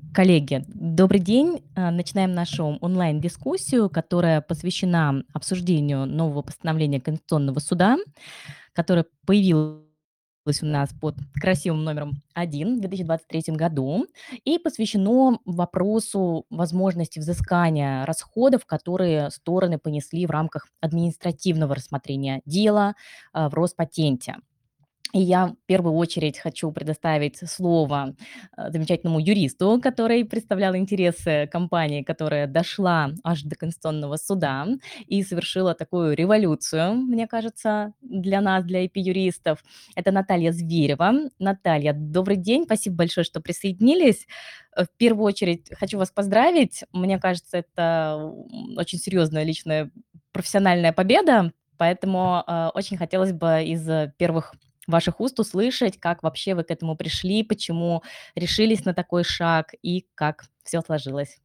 Коллеги, добрый день. Начинаем нашу онлайн-дискуссию, которая посвящена обсуждению нового постановления Конституционного суда, которое появилось у нас под красивым номером 1 в 2023 году и посвящено вопросу возможности взыскания расходов, которые стороны понесли в рамках административного рассмотрения дела в Роспатенте. И я в первую очередь хочу предоставить слово замечательному юристу, который представлял интересы компании, которая дошла аж до Конституционного суда и совершила такую революцию, мне кажется, для нас, для IP-юристов. Это Наталья Зверева. Наталья, добрый день, спасибо большое, что присоединились. В первую очередь хочу вас поздравить. Мне кажется, это очень серьезная личная профессиональная победа, поэтому очень хотелось бы из первых ваших уст услышать, как вообще вы к этому пришли, почему решились на такой шаг и как все сложилось.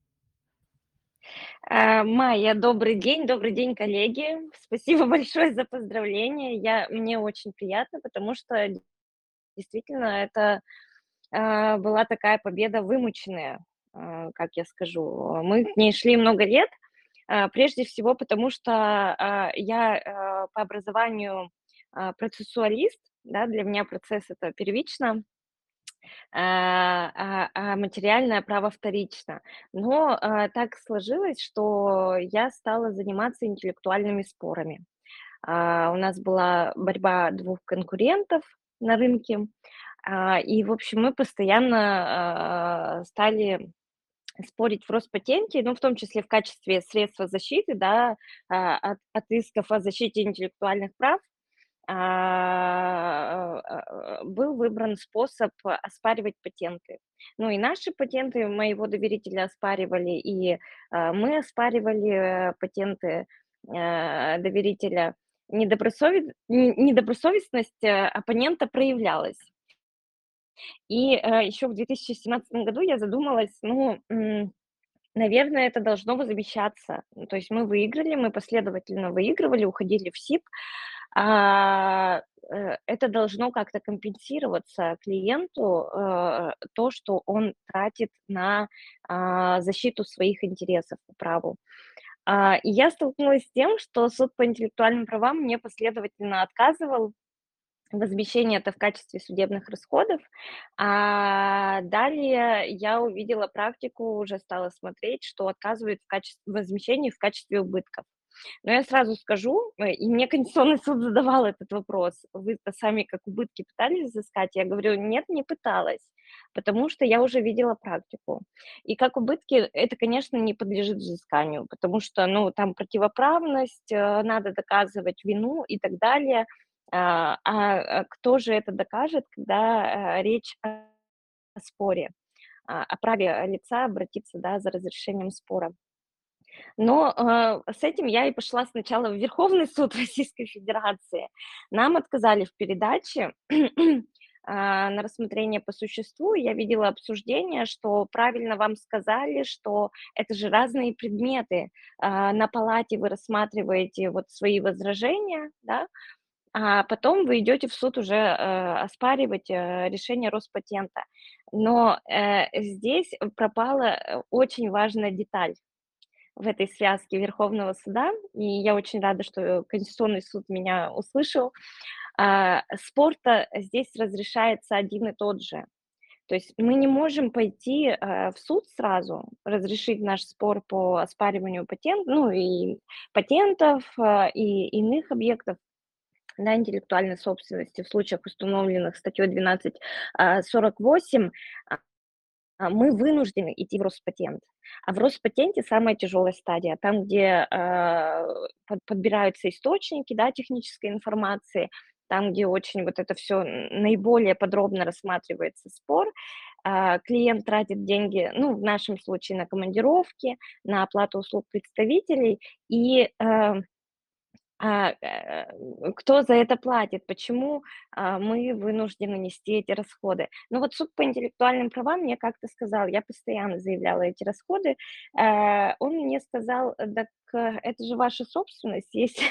Майя, добрый день, коллеги. Спасибо большое за поздравления. Мне очень приятно, потому что действительно это была такая победа вымученная, как я скажу. Мы к ней шли много лет, прежде всего потому, что я по образованию процессуалист, да, для меня процесс это первично, материальное право вторично. Но так сложилось, что я стала заниматься интеллектуальными спорами. У нас была борьба двух конкурентов на рынке, и, в общем, мы постоянно стали спорить в Роспатенте, ну, в том числе в качестве средства защиты, да, от исков о защите интеллектуальных прав был выбран способ оспаривать патенты. Ну и наши патенты моего доверителя оспаривали, и мы оспаривали патенты доверителя. Недобросовестность оппонента проявлялась. И еще в 2017 году я задумалась, ну, наверное, это должно возмещаться. Ну, то есть мы выиграли, мы последовательно выигрывали, уходили в СИП. Это должно как-то компенсироваться клиенту, то, что он тратит на защиту своих интересов по праву. И я столкнулась с тем, что суд по интеллектуальным правам мне последовательно отказывал. Возмещение это в качестве судебных расходов. Далее я увидела практику, уже стала смотреть, что отказывают в качестве возмещения в качестве убытков. Но я сразу скажу, и мне Конституционный суд задавал этот вопрос: "Вы-то сами как убытки пытались взыскать?" Я говорю: "Нет, не пыталась", потому что я уже видела практику. И как убытки это, конечно, не подлежит взысканию, потому что, ну, там противоправность, надо доказывать вину и так далее. Кто же это докажет, когда речь о споре, о праве лица обратиться, да, за разрешением спора? Но с этим я и пошла сначала в Верховный суд Российской Федерации. Нам отказали в передаче на рассмотрение по существу. Я видела обсуждение, что правильно вам сказали, что это же разные предметы. На палате вы рассматриваете вот свои возражения, да, а потом вы идете в суд уже, оспаривать, решение Роспатента. Но, здесь пропала, очень важная деталь в этой связке Верховного суда, и я очень рада, что Конституционный суд меня услышал. Спор-то здесь разрешается один и тот же. То есть мы не можем пойти, в суд сразу, разрешить наш спор по оспариванию ну, и патентов, и иных объектов, да, интеллектуальной собственности в случаях, установленных статьей 12, 48, мы вынуждены идти в Роспатент. А в Роспатенте самая тяжелая стадия, там, где подбираются источники, да, технической информации, там, где очень вот это все наиболее подробно рассматривается спор. Клиент тратит деньги, ну, в нашем случае на командировки, на оплату услуг представителей, и кто за это платит? Почему, мы вынуждены нести эти расходы? Ну, вот суд по интеллектуальным правам мне как-то сказал, я постоянно заявляла эти расходы, он мне сказал: "Дак, это же ваша собственность, есть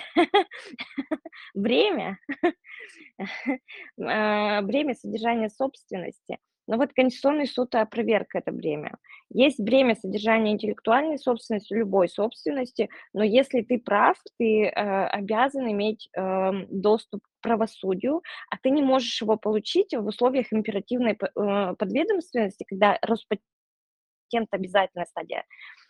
бремя, бремя содержания собственности". Но вот Конституционный суд опроверг это бремя. Есть бремя содержания интеллектуальной собственности, любой собственности, но если ты прав, ты обязан иметь доступ к правосудию, а ты не можешь его получить в условиях императивной подведомственности, когда Роспатент обязательная стадия.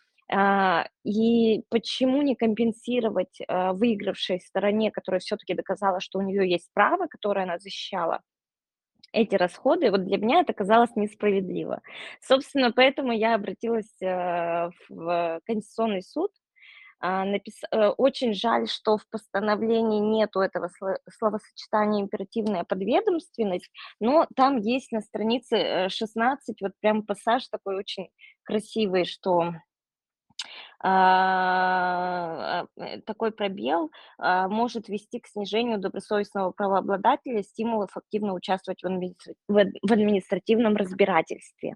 И почему не компенсировать выигравшей стороне, которая все-таки доказала, что у нее есть право, которое она защищала, эти расходы? Вот для меня это казалось несправедливо. Собственно, поэтому я обратилась в Конституционный суд. Очень жаль, что в постановлении нету этого словосочетания императивная подведомственность, но там есть на странице 16 вот прям пассаж такой очень красивый, что такой пробел может вести к снижению добросовестного правообладателя стимулов активно участвовать в административном разбирательстве.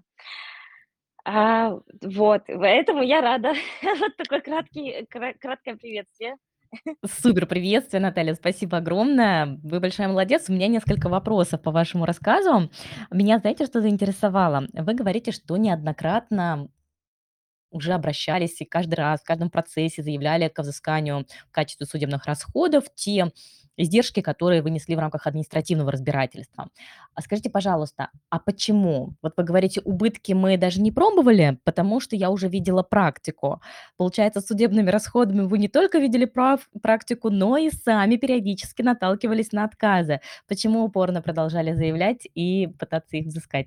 Вот, поэтому я рада. Вот такое краткое приветствие. Супер приветствие, Наталья, спасибо огромное. Вы большая молодец. У меня несколько вопросов по вашему рассказу. Меня, знаете, что заинтересовало? Вы говорите, что неоднократно уже обращались и каждый раз, в каждом процессе заявляли к взысканию в качестве судебных расходов те издержки, которые вынесли в рамках административного разбирательства. А скажите, пожалуйста, а почему? Вот вы говорите, убытки мы даже не пробовали, потому что я уже видела практику. Получается, с судебными расходами вы не только видели практику, но и сами периодически наталкивались на отказы. Почему упорно продолжали заявлять и пытаться их взыскать?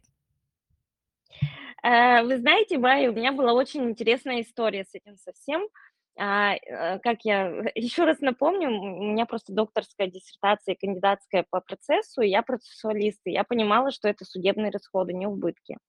Вы знаете, Майя, у меня была очень интересная история с этим совсем. Как я еще раз напомню, у меня просто докторская диссертация и кандидатская по процессу, и я процессуалист, и я понимала, что это судебные расходы, не убытки.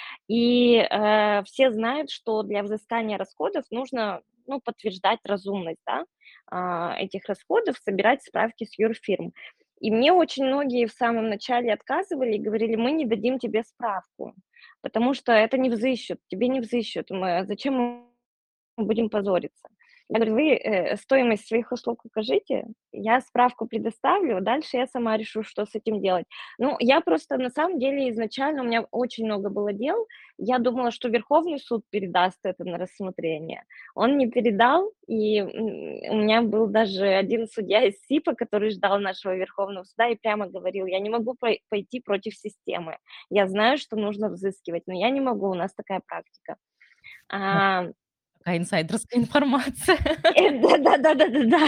И все знают, что для взыскания расходов нужно, ну, подтверждать разумность, да, этих расходов, собирать справки с юрфирм. И мне очень многие в самом начале отказывали и говорили: мы не дадим тебе справку, потому что это не взыщут, тебе не взыщут, зачем мы будем позориться. Я говорю: вы стоимость своих услуг укажите, я справку предоставлю, дальше я сама решу, что с этим делать. Ну, я просто на самом деле изначально у меня очень много было дел, я думала, что Верховный суд передаст это на рассмотрение. Он не передал, и у меня был даже один судья из СИПа, который ждал нашего Верховного суда и прямо говорил: я не могу пойти против системы. Я знаю, что нужно взыскивать, но я не могу, у нас такая практика. Вот А, такая инсайдерская информация. да-да-да-да-да-да.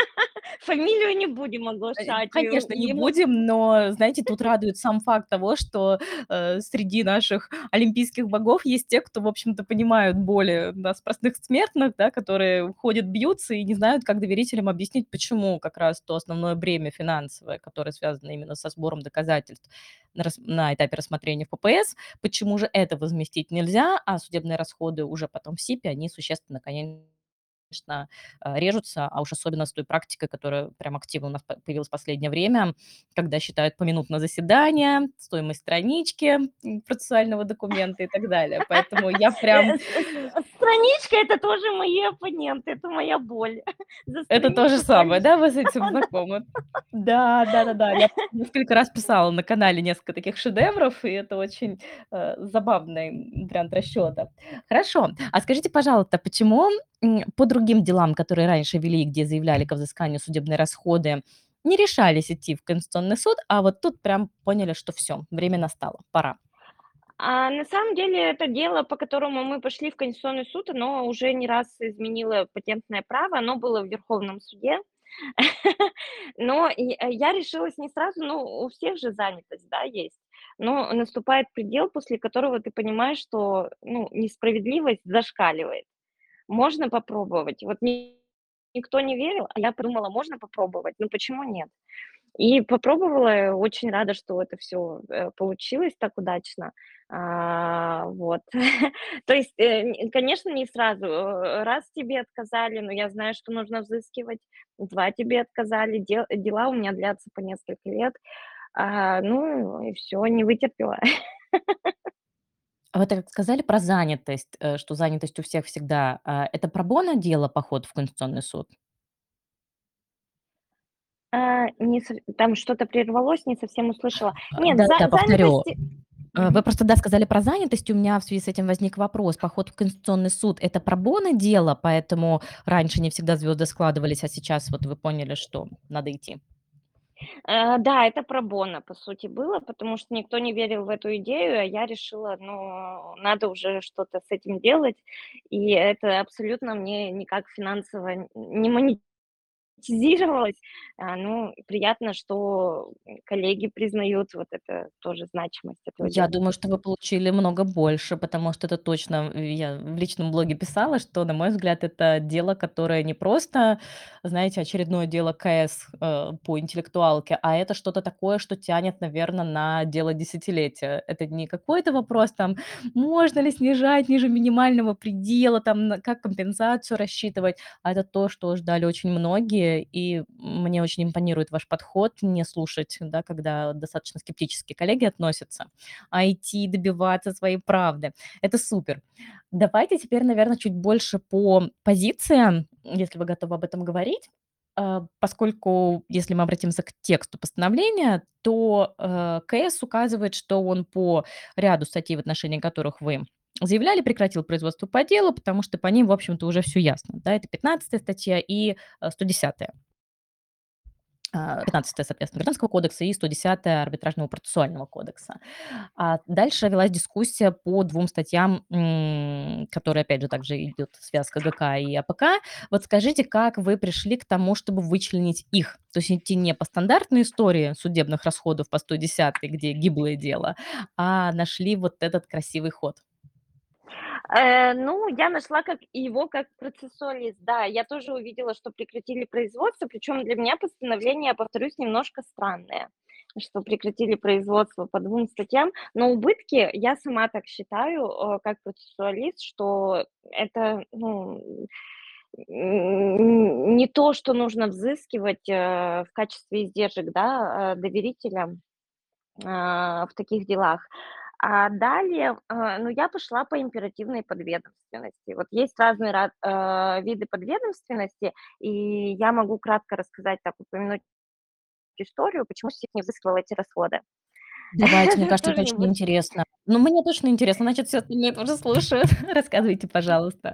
Фамилию не будем оглашать. Конечно, не Ему будем, но, знаете, тут радует сам факт того, что, среди наших олимпийских богов есть те, кто, в общем-то, понимают боли нас, простых смертных, да, которые ходят, бьются и не знают, как доверителям объяснить, почему как раз то основное бремя финансовое, которое связано именно со сбором доказательств на этапе рассмотрения в ППС, почему же это возместить нельзя, а судебные расходы уже потом в СИПе, они существенно, конечно, режутся, а уж особенно с той практикой, которая прям активно у нас появилась в последнее время, когда считают поминутно заседание, стоимость странички процессуального документа и так далее. Поэтому я прям страничка — это тоже мои оппоненты, это моя боль. За это то же страничку самое, ставишь. да, вы с этим знакомы? Да, да-да-да, я несколько раз писала на канале несколько таких шедевров, и это очень, забавный вариант расчета. Хорошо, а скажите, пожалуйста, почему, по другим делам, которые раньше вели, где заявляли ко взысканию судебные расходы, не решались идти в Конституционный суд, а вот тут прям поняли, что все, время настало, пора? На самом деле это дело, по которому мы пошли в Конституционный суд, оно уже не раз изменило патентное право, оно было в Верховном суде. Но я решилась не сразу, ну, у всех же занятость, да, есть. Но наступает предел, после которого ты понимаешь, что, ну, несправедливость зашкаливает. Можно попробовать. Вот никто не верил, а я подумала: можно попробовать, ну почему нет? И попробовала, очень рада, что это все получилось так удачно. Вот. То есть, конечно, не сразу. Раз тебе отказали, но я знаю, что нужно взыскивать. 2 тебе отказали. Дела у меня длятся по несколько лет. Ну и все, не вытерпела. А вы так сказали про занятость, что занятость у всех всегда. Это пробона дело, поход в Конституционный суд? Не сов Там что-то прервалось, не совсем услышала. Нет, Да-да-да, повторю. занятости. Вы Мгм. просто, да, сказали про занятость. У меня в связи с этим возник вопрос. Поход в Конституционный суд — это пробона дело, поэтому раньше не всегда звезды складывались, а сейчас вот вы поняли, что надо идти? Да, это пробона, по сути, было, потому что никто не верил в эту идею, а я решила, ну, надо уже что-то с этим делать. И это абсолютно мне никак финансово не монетизировалось. Ну, приятно, что коллеги признают вот это тоже значимость этого Я дела. думаю, что вы получили много больше, потому что это точно, я в личном блоге писала, что, на мой взгляд, это дело, которое не просто, знаете, очередное дело КС по интеллектуалке, а это что-то такое, что тянет, наверное, на дело десятилетия. Это не какой-то вопрос там, можно ли снижать ниже минимального предела, там, как компенсацию рассчитывать, а это то, что ждали очень многие, и мне очень импонирует ваш подход не слушать, да, когда достаточно скептически коллеги относятся, а идти добиваться своей правды. Это супер. Давайте теперь, наверное, чуть больше по позициям, если вы готовы об этом говорить. Поскольку, если мы обратимся к тексту постановления, то КС указывает, что он по ряду статей, в отношении которых вы заявляли, прекратил производство по делу, потому что по ним, в общем-то, уже все ясно. Да, это 15 статья и 110. 15, соответственно, Гражданского кодекса и 110 Арбитражного процессуального кодекса. А дальше велась дискуссия по двум статьям, которые, опять же, также идет связка ГК и АПК. Вот скажите, как вы пришли к тому, чтобы вычленить их? То есть идти не по стандартной истории судебных расходов по 110, где гиблое дело, а нашли вот этот красивый ход. Ну, я нашла его как процессуалист. Да, я тоже увидела, что прекратили производство, причем для меня постановление, повторюсь, немножко странное, что прекратили производство по двум статьям. Но убытки, я сама так считаю, как процессуалист, что это, ну, не то, что нужно взыскивать в качестве издержек, да, доверителя в таких делах. А далее, ну, я пошла по императивной подведомственности. Вот есть разные виды подведомственности, и я могу кратко рассказать, так упомянуть историю, почему СИК не взыскивал эти расходы. Давайте, мне Это кажется, это тоже не очень будет. интересно. Ну, мне точно интересно, значит, все остальные тоже слушают. Рассказывайте, пожалуйста.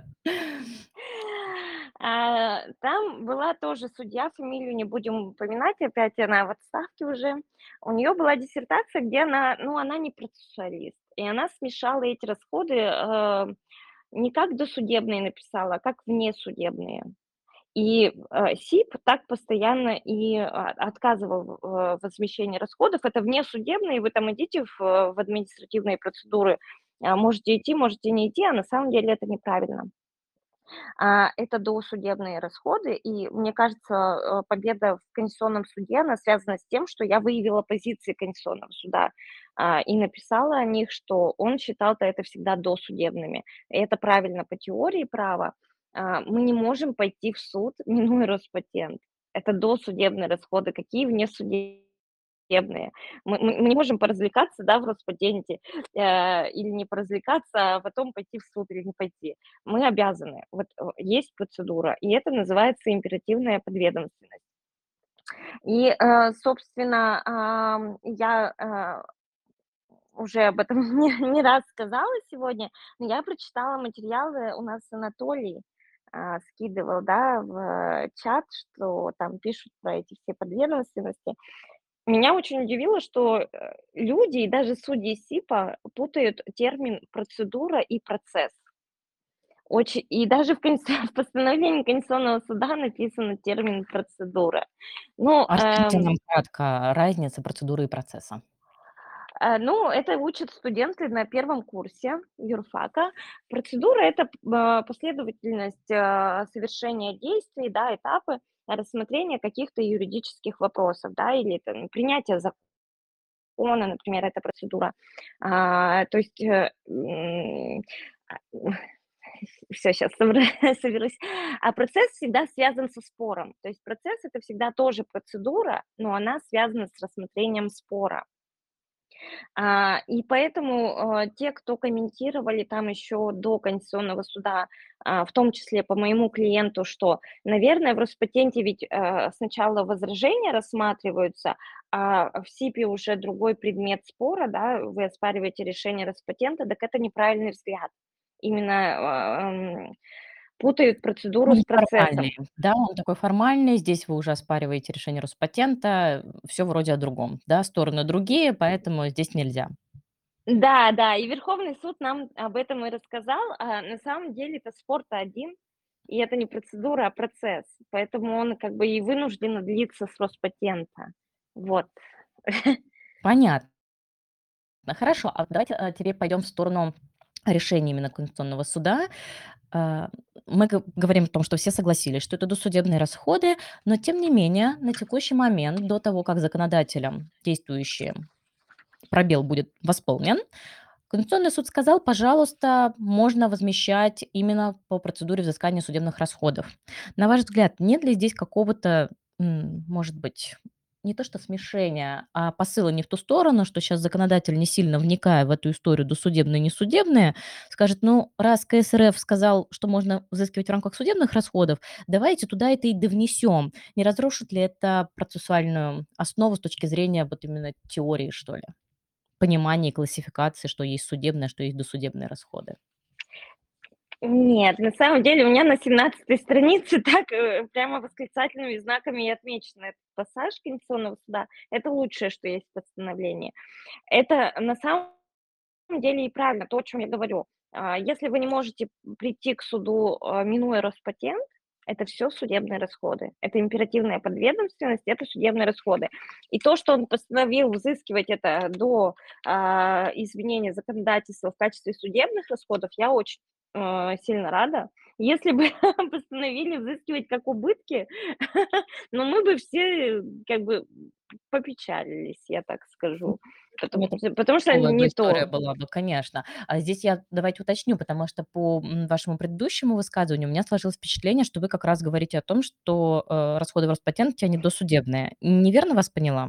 Там была тоже судья, фамилию не будем упоминать, опять она в отставке уже. У нее была диссертация, где она, ну, она не процессуалист, и она смешала эти расходы, не как досудебные написала, а как внесудебные. И, СИП так постоянно и, отказывал в возмещении расходов. Это внесудебные, вы там идите в административные процедуры, можете идти, можете не идти, а на самом деле это неправильно. Это досудебные расходы, и мне кажется, победа в Конституционном суде, она связана с тем, что я выявила позиции Конституционного суда, и написала о них, что он считал-то это всегда досудебными. И это правильно по теории права. Мы не можем пойти в суд, минуя Роспатент. Это досудебные расходы. Какие внесудебные? Мы не можем поразвлекаться, да, в Роспатенте, или не поразвлекаться, а потом пойти в суд или не пойти. Мы обязаны. Вот, есть процедура, и это называется императивная подведомственность. И, собственно, я, уже об этом не раз сказала сегодня, но я прочитала материалы, у нас Анатолий, скидывал, да, в чат, что там пишут про эти все подведомственности. Меня очень удивило, что, люди и даже судьи СИПа путают термин "процедура" и "процесс". И даже в постановлении Конституционного суда написан термин "процедура". Ну, А расскажите нам кратко разница процедуры и процесса. ну, это учат студенты на первом курсе юрфака. Процедура — это последовательность, совершения действий, да, этапы рассмотрения каких-то юридических вопросов, да, или там принятия закона, например, это процедура. То есть, всё, щас соберусь. А процесс всегда связан со спором. То есть процесс — это всегда тоже процедура, но она связана с рассмотрением спора. И поэтому, те, кто комментировали там еще до Конституционного суда, в том числе по моему клиенту, что, наверное, в Роспатенте ведь, сначала возражения рассматриваются, а в СИПе уже другой предмет спора, да, вы оспариваете решение Роспатента, так это неправильный взгляд. Именно, путают процедуру Он с процессом. формальный, да, он такой формальный. Здесь вы уже оспариваете решение Роспатента, все вроде о другом, да, стороны другие, поэтому здесь нельзя. Да, да, и Верховный суд нам об этом и рассказал. На самом деле это спор-то один, и это не процедура, а процесс. Поэтому он как бы и вынужден длиться с Роспатента. Вот. Понятно. Хорошо, а давайте, теперь пойдем в сторону решения именно Конституционного суда. А, мы говорим о том, что все согласились, что это досудебные расходы, но тем не менее на текущий момент, до того, как законодателем действующий пробел будет восполнен, Конституционный суд сказал: пожалуйста, можно возмещать именно по процедуре взыскания судебных расходов. На ваш взгляд, нет ли здесь какого-то, может быть, не то что смешения, а посыла не в ту сторону, что сейчас законодатель, не сильно вникая в эту историю досудебные и несудебные, скажет: ну, раз КСРФ сказал, что можно взыскивать в рамках судебных расходов, давайте туда это и довнесем. Не разрушит ли это процессуальную основу с точки зрения вот именно теории, что ли? Понимание и классификации, что есть судебные, а что есть досудебные расходы. Нет, на самом деле у меня на 17 странице так, прямо восклицательными знаками и отмечен этот пассаж Конституционного суда. Это лучшее, что есть в постановлении. Это на самом деле и правильно, то, о чем я говорю. Если вы не можете прийти к суду, минуя Роспатент, это все судебные расходы. Это императивная подведомственность, это судебные расходы. И то, что он постановил взыскивать это до, изменения законодательства в качестве судебных расходов, я очень, сильно рада. Если бы постановили взыскивать как убытки, ну, мы бы все, как бы, попечалились, я так скажу. Потом это Потому что тяжелая бы не история то. была бы, конечно. А здесь я давайте уточню, потому что по, вашему предыдущему высказыванию у меня сложилось впечатление, что вы как раз говорите о том, что, расходы в Роспатенте, они досудебные. Неверно вас поняла?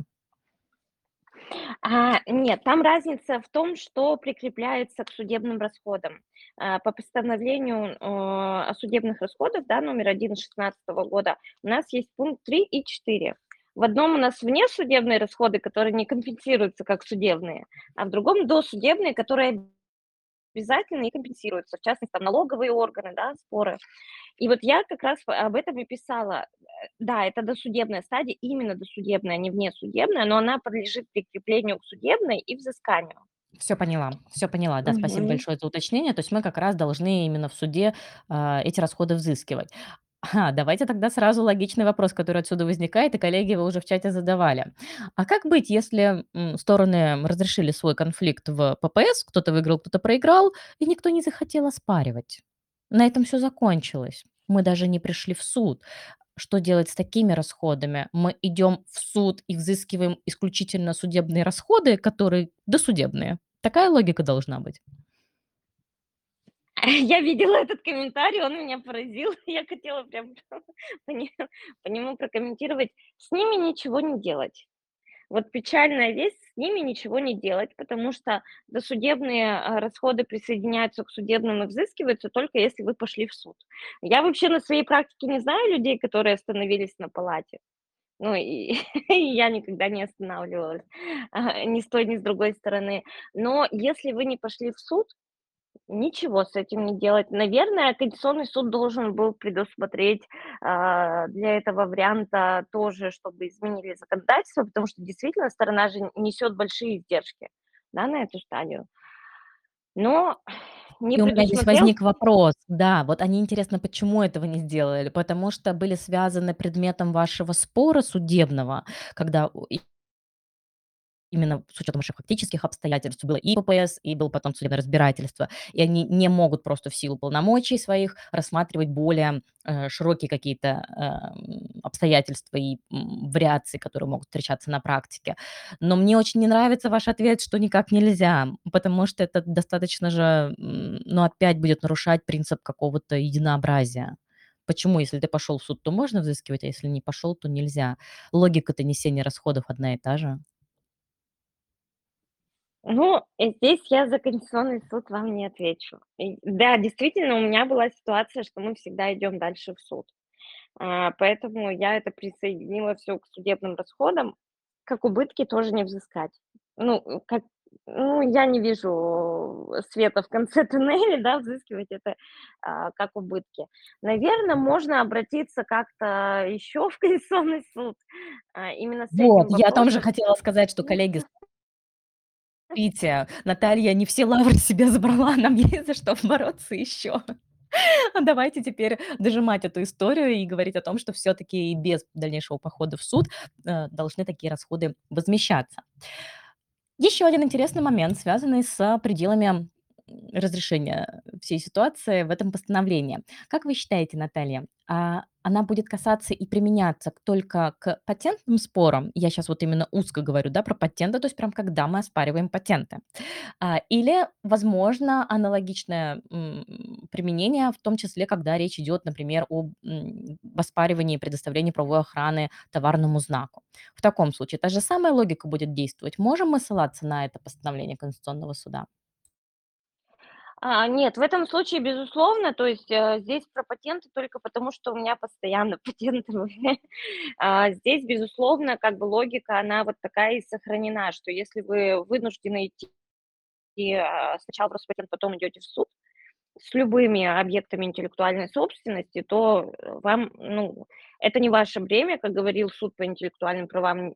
Нет, там разница в том, что прикрепляется к судебным расходам. По постановлению, о судебных расходах, да, номер 1 из 16 года, у нас есть пункт 3 и 4. В одном у нас внесудебные расходы, которые не компенсируются как судебные, а в другом досудебные, которые обязательно и компенсируются. В частности, там налоговые органы, да, споры. И вот я как раз об этом и писала. Да, это досудебная стадия, именно досудебная, а не внесудебная, но она подлежит прикреплению к судебной и взысканию. Все поняла, все поняла. Да, спасибо Мгм. большое за уточнение. То есть мы как раз должны именно в суде, эти расходы взыскивать. Давайте тогда сразу логичный вопрос, который отсюда возникает, и коллеги его уже в чате задавали. А как быть, если, стороны разрешили свой конфликт в ППС, кто-то выиграл, кто-то проиграл, и никто не захотел оспаривать? На этом все закончилось. Мы даже не пришли в суд. Что делать с такими расходами? Мы идем в суд и взыскиваем исключительно судебные расходы, которые досудебные. Такая логика должна быть. Я видела этот комментарий, он меня поразил. Я хотела прям по не по нему прокомментировать. С ними ничего не делать. Вот печальная весть, с ними ничего не делать, потому что досудебные, расходы присоединяются к судебным и взыскиваются только если вы пошли в суд. Я вообще на своей практике не знаю людей, которые остановились на палате. Ну и и я никогда не останавливалась, ни с той, ни с другой стороны. Но если вы не пошли в суд, ничего с этим не делать. Наверное, Конституционный суд должен был предусмотреть, для этого варианта тоже, чтобы изменили законодательство, потому что действительно сторона же несет большие издержки, да, на эту стадию. Но не И у меня здесь предусмотрел. возник вопрос. Да, вот они, интересно, почему этого не сделали? Потому что были связаны предметом вашего спора судебного, когда именно с учетом ваших фактических обстоятельств было и ППС, и было потом судебное разбирательство. И они не могут просто в силу полномочий своих рассматривать более, широкие какие-то, обстоятельства и, вариации, которые могут встречаться на практике. Но мне очень не нравится ваш ответ, что никак нельзя, потому что это достаточно же, ну, опять будет нарушать принцип какого-то единообразия. Почему, если ты пошел в суд, то можно взыскивать, а если не пошел, то нельзя? Логика-то несения расходов одна и та же. Ну, здесь я за Конституционный суд вам не отвечу. Да, действительно, у меня была ситуация, что мы всегда идем дальше в суд. Поэтому я это присоединила все к судебным расходам. Как убытки тоже не взыскать. Ну, я не вижу света в конце туннеля, да, взыскивать это, как убытки. Наверное, можно обратиться как-то еще в Конституционный суд, именно с Вот, этим я о том же вопросом. хотела сказать, что, коллеги, смотрите, Наталья не все лавры себе забрала, нам есть за что бороться еще. Давайте теперь дожимать эту историю и говорить о том, что все-таки и без дальнейшего похода в суд должны такие расходы возмещаться. Еще один интересный момент, связанный с пределами разрешения всей ситуации в этом постановлении. Как вы считаете, Наталья, она будет касаться и применяться только к патентным спорам? Я сейчас вот именно узко говорю, да, про патенты, то есть прям когда мы оспариваем патенты. Или, возможно, аналогичное, применение, в том числе, когда речь идет, например, об, оспаривании и предоставлении правовой охраны товарному знаку. В таком случае та же самая логика будет действовать. Можем мы ссылаться на это постановление Конституционного суда? Нет, в этом случае, безусловно, то есть, здесь про патенты только потому, что у меня постоянно патентовые. Здесь, безусловно, как бы логика, она вот такая и сохранена, что если вы вынуждены идти, сначала просто патент, потом идете в суд с любыми объектами интеллектуальной собственности, то, вам, ну, это не ваше бремя, как говорил суд по интеллектуальным правам,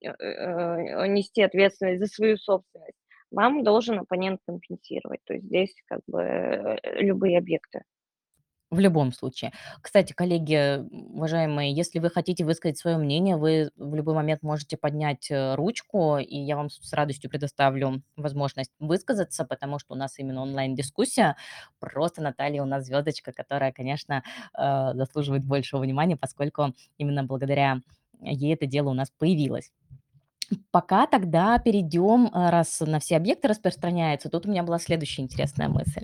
нести ответственность за свою собственность. Вам должен оппонент компенсировать. То есть здесь как бы, любые объекты. В любом случае. Кстати, коллеги, уважаемые, если вы хотите высказать свое мнение, вы в любой момент можете поднять ручку, и я вам с радостью предоставлю возможность высказаться, потому что у нас именно онлайн-дискуссия. Просто Наталья у нас звездочка, которая, конечно, заслуживает большего внимания, поскольку именно благодаря ей это дело у нас появилось. Пока тогда перейдем, раз на все объекты распространяется, тут у меня была следующая интересная мысль.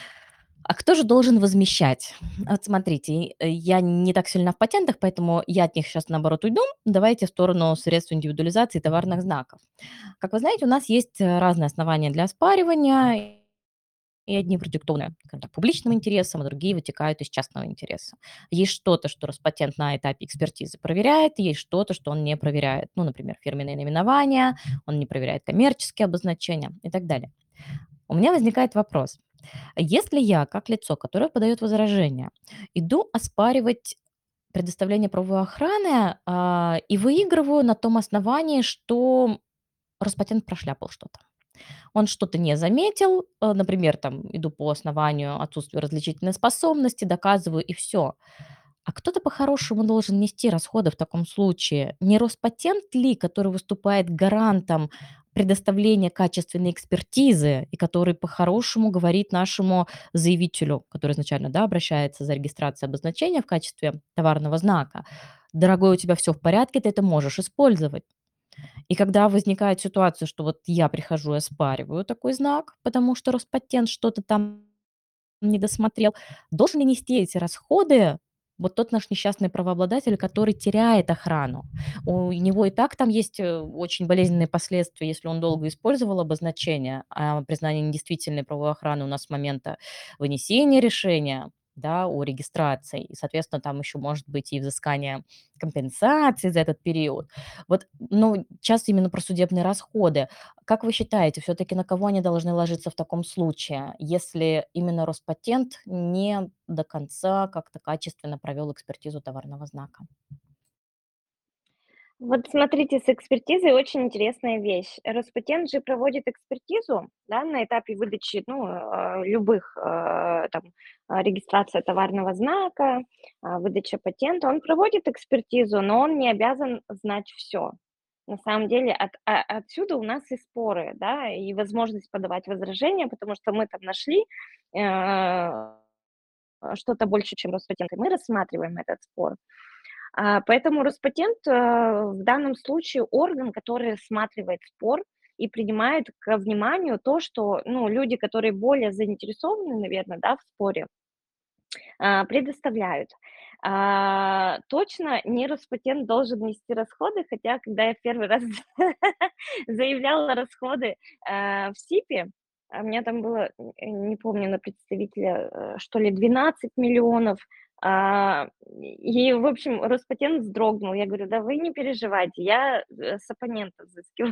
А кто же должен возмещать? Вот смотрите, я не так сильна в патентах, поэтому я от них сейчас, наоборот, уйду. Давайте в сторону средств индивидуализации товарных знаков. Как вы знаете, у нас есть разные основания для оспаривания, и одни продиктованы, скажем так, публичным интересом, а другие вытекают из частного интереса. Есть что-то, что Роспатент на этапе экспертизы проверяет, есть что-то, что он не проверяет. Ну, например, фирменные наименования, он не проверяет коммерческие обозначения и так далее. У меня возникает вопрос. Если я, как лицо, которое подает возражение, иду оспаривать предоставление правовой охраны, и выигрываю на том основании, что Роспатент прошляпал что-то. Он что-то не заметил, например, там иду по основанию отсутствия различительной способности, доказываю и все. А кто-то по-хорошему должен нести расходы в таком случае. Не Роспатент ли, который выступает гарантом предоставления качественной экспертизы и который по-хорошему говорит нашему заявителю, который изначально, да, обращается за регистрацией обозначения в качестве товарного знака: дорогой, у тебя все в порядке, ты это можешь использовать. И когда возникает ситуация, что вот я прихожу и оспариваю такой знак, потому что Роспатент что-то там не досмотрел, должен ли нести эти расходы вот тот наш несчастный правообладатель, который теряет охрану? У него и так там есть очень болезненные последствия, если он долго использовал обозначение, а признание недействительной правовой охраны у нас с момента вынесения решения, да, о регистрации. И, соответственно, там еще может быть и взыскание компенсации за этот период. Вот, ну, часто именно про судебные расходы. Как вы считаете, все-таки на кого они должны ложиться в таком случае, если именно Роспатент не до конца как-то качественно провел экспертизу товарного знака? Вот смотрите, с экспертизой очень интересная вещь. Роспатент же проводит экспертизу, да, на этапе выдачи, ну, любых, там, регистрация товарного знака, выдача патента. Он проводит экспертизу, но он не обязан знать все. На самом деле отсюда у нас и споры, да, и возможность подавать возражения, потому что мы там нашли э, что-то больше, чем Роспатент, и мы рассматриваем этот спор. Поэтому Роспатент, в данном случае орган, который рассматривает спор и принимает ко вниманию то, что, ну, люди, которые более заинтересованы, наверное, да, в споре, предоставляют. Точно не Роспатент должен нести расходы, хотя когда я в первый раз заявляла расходы, в СИПе, у меня там было, не помню, на представителя, что ли, 12 миллионов. И, в общем, Роспатент вздрогнул. Я говорю: "Да вы не переживайте, я, с абонента взыскиваю".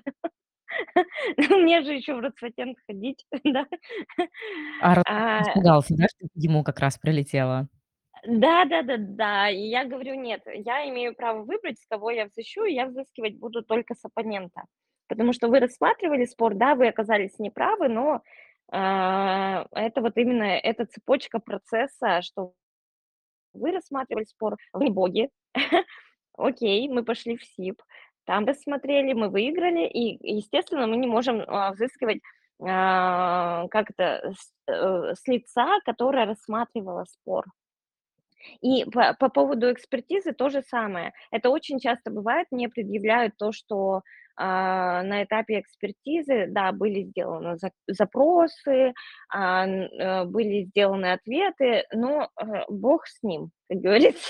Мне же еще в Роспатент ходить, да. А Росатом А испугался, да, что ему как раз прилетело? Да-да-да-да. И я говорю: "Нет, я имею право выбрать, с кого я взыщу, и я взыскивать буду только с оппонента. Потому что вы рассматривали спор, да, вы оказались неправы, но, это вот именно эта цепочка процесса, что вы рассматривали спор, вы не боги. Окей, мы пошли в СИП, там рассмотрели, мы выиграли, и, естественно, мы не можем, взыскивать, как это, с лица, которое рассматривало спор". И по поводу экспертизы то же самое. Это очень часто бывает, мне предъявляют то, что, на этапе экспертизы, да, были сделаны запросы, были сделаны ответы, но, бог с ним, как говорится.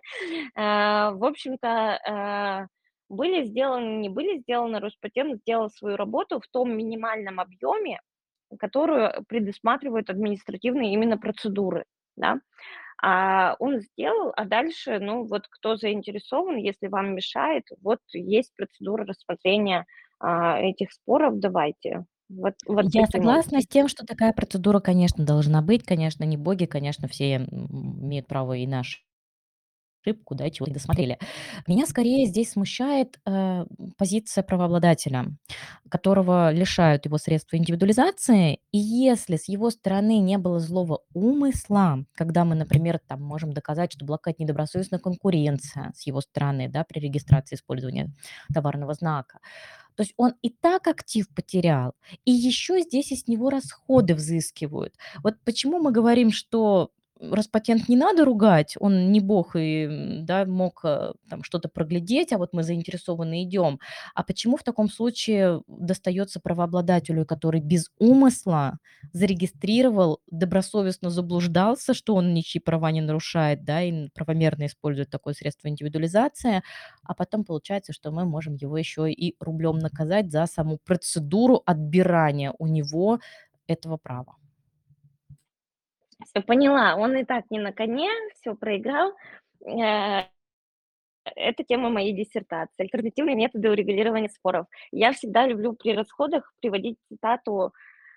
В общем-то, были сделаны, не были сделаны, Роспатент сделал свою работу в том минимальном объеме, которую предусматривают административные именно процедуры, да. Он сделал, а дальше, ну, вот кто заинтересован, если вам мешает, вот есть процедура рассмотрения, этих споров, давайте. Вот Я таким согласна образом. с тем, что такая процедура, конечно, должна быть. Конечно, не боги, конечно, все, имеют право и на ошибку, да, чего-то не досмотрели. Меня скорее здесь смущает, позиция правообладателя, которого лишают его средства индивидуализации. И если с его стороны не было злого умысла, когда мы, например, там можем доказать, что была какая-то недобросовестная конкуренция с его стороны, да, при регистрации использования товарного знака, то есть он и так актив потерял, и еще здесь и с него расходы взыскивают. Вот почему мы говорим, что Роспатент не надо ругать, он не бог и, да, мог, там что-то проглядеть, а вот мы заинтересованно идем. А почему в таком случае достается правообладателю, который без умысла зарегистрировал, добросовестно заблуждался, что он ничьи права не нарушает, да, и правомерно использует такое средство индивидуализации, а потом получается, что мы можем его еще и рублем наказать за саму процедуру отбирания у него этого права. Всё, поняла, он и так не на коне, все проиграл. Э, это тема моей диссертации "Альтернативные методы урегулирования споров". Я всегда люблю при расходах приводить цитату,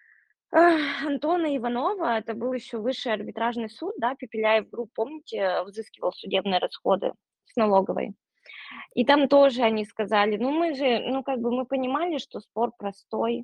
Антона Иванова. Это был еще высший арбитражный суд, да, Пепеляев Групп, помните, взыскивал судебные расходы с налоговой. И там тоже они сказали: "Ну, мы же, ну, как бы мы понимали, что спор простой".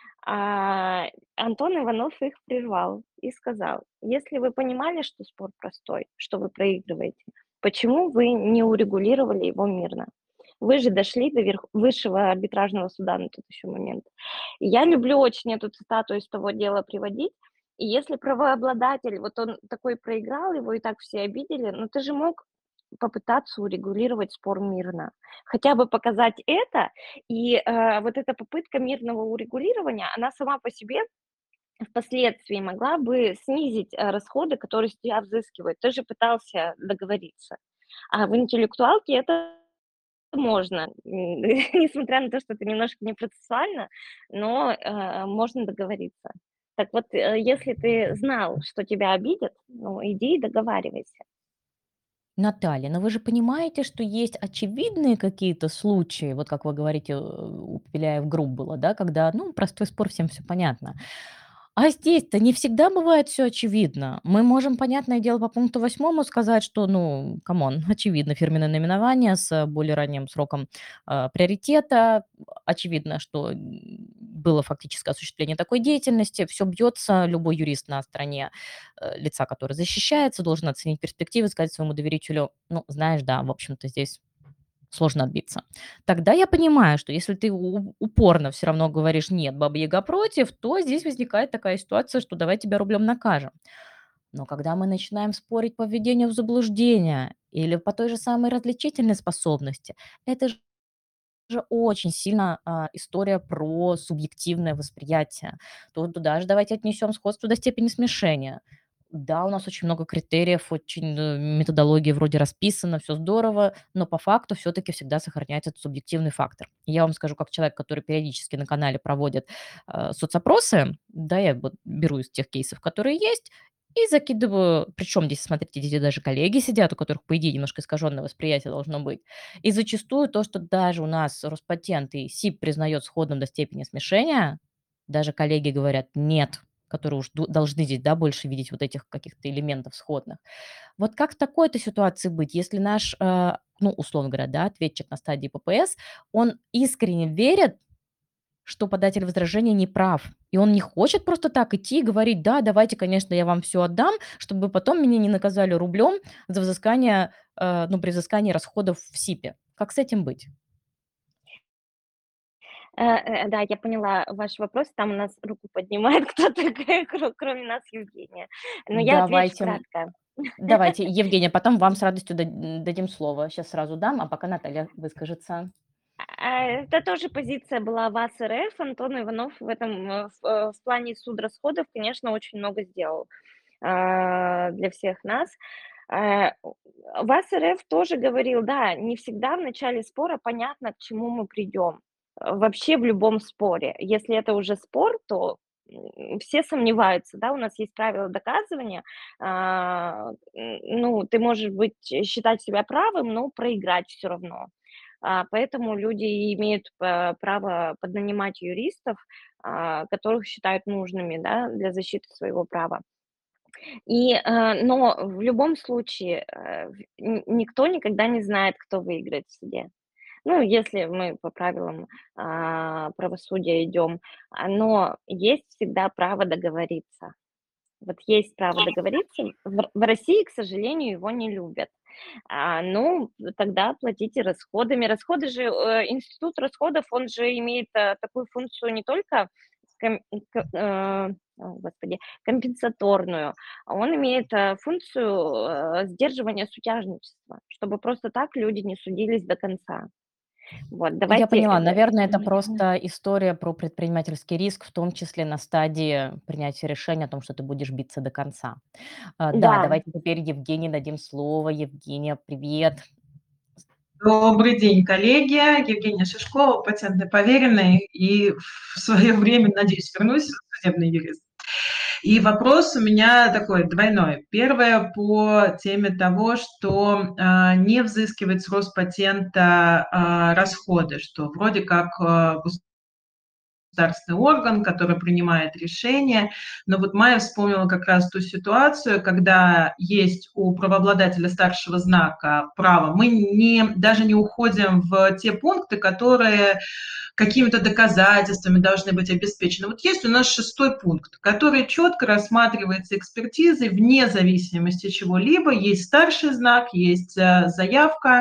А, Антон Иванов их прервал и сказал: "Если вы понимали, что спор простой, что вы проигрываете, почему вы не урегулировали его мирно? Вы же дошли до высшего арбитражного суда на тот еще момент". И я люблю очень эту цитату из того дела приводить. И если правообладатель, вот он такой проиграл, его и так все обидели, но ты же мог попытаться урегулировать спор мирно. Хотя бы показать это, и, вот эта попытка мирного урегулирования, она сама по себе впоследствии могла бы снизить, расходы, которые с тебя взыскивают. Ты же пытался договориться. А в интеллектуалке это можно, несмотря на то, что это немножко непроцессуально, но, можно договориться. Так вот, если ты знал, что тебя обидят, ну, иди и договаривайся. Наталья, но вы же понимаете, что есть очевидные какие-то случаи, вот как вы говорите, у Пепеляев групп было, да, когда, ну, простой спор, всем все понятно. А здесь-то не всегда бывает все очевидно. Мы можем, понятное дело, по пункту 8 сказать, что, ну, камон, очевидно, фирменное наименование с более ранним сроком приоритета. Очевидно, что было фактическое осуществление такой деятельности. Все бьется, любой юрист на стороне лица, который защищается, должен оценить перспективы, сказать своему доверителю, ну, знаешь, да, в общем-то, здесь сложно отбиться. Тогда я понимаю, что если ты упорно все равно говоришь: "Нет, Баба Яга против", то здесь возникает такая ситуация, что давай тебя рублем накажем. Но когда мы начинаем спорить по введению в заблуждение или по той же самой различительной способности, это же очень сильно, история про субъективное восприятие. То туда же давайте отнесем сходство до степени смешения. Да, у нас очень много критериев, очень, методология вроде расписана, все здорово, но по факту все таки всегда сохраняется этот субъективный фактор. Я вам скажу, как человек, который периодически на канале проводит, соцопросы, да, я вот беру из тех кейсов, которые есть, и закидываю. Причем здесь, смотрите, здесь даже коллеги сидят, у которых, по идее, немножко искаженное восприятие должно быть. И зачастую то, что даже у нас Роспатент и СИП признает сходным до степени смешения, даже коллеги говорят: "Нет", которые уж должны здесь, да, больше видеть вот этих каких-то элементов сходных. Вот как в такой-то ситуации быть, если наш, ну, условно говоря, да, ответчик на стадии ППС, он искренне верит, что податель возражения не прав, и он не хочет просто так идти и говорить: "Да, давайте, конечно, я вам все отдам", чтобы потом меня не наказали рублем за взыскание, ну, при взыскании расходов в СИПе. Как с этим быть? Да, я поняла ваш вопрос. Там у нас руку поднимает кто-то, кроме нас, Евгения. Но я отвечу Давайте, кратко. давайте, Евгения, потом вам с радостью дадим слово. Сейчас сразу дам, а пока Наталья выскажется. Это тоже позиция была ВАС РФ. Антон Иванов в этом, в плане судрасходов, конечно, очень много сделал, для всех нас. ВАС РФ тоже говорил, да, не всегда в начале спора понятно, к чему мы придем. Вообще в любом споре. Если это уже спор, то, все сомневаются, да. У нас есть правила доказывания. Ну, ты можешь быть считать себя правым, но проиграть все равно. Поэтому люди имеют право поднанимать юристов, которых считают нужными, да, для защиты своего права. Но в любом случае, никто никогда не знает, кто выиграет в суде. Ну, если мы по правилам, правосудия идем, но есть всегда право договориться. Вот есть право договориться. В России, к сожалению, его не любят. Ну, тогда платите расходами. Расходы же, институт расходов, он же имеет, такую функцию не только ком к о, господи, компенсаторную, а он имеет, функцию, сдерживания сутяжничества, чтобы просто так люди не судились до конца. Вот, Я давайте, поняла. Наверное, это просто история про предпринимательский риск, в том числе на стадии принятия решения о том, что ты будешь биться до конца. Да, да. давайте теперь Евгении дадим слово. Евгения, привет. Добрый день, коллеги. Евгения Шишкова, патентный поверенный, и в свое время, надеюсь, вернусь в судебный юрист. И вопрос у меня такой двойной. Первое по теме того, что не взыскивать с Роспатента расходы, что вроде как государственный орган, который принимает решение. Но вот Майя вспомнила как раз ту ситуацию, когда есть у правообладателя старшего знака право. Мы даже не уходим в те пункты, которые какими-то доказательствами должны быть обеспечены. Вот есть у нас 6 пункт, который четко рассматривается экспертизой вне зависимости чего-либо. Есть старший знак, есть заявка,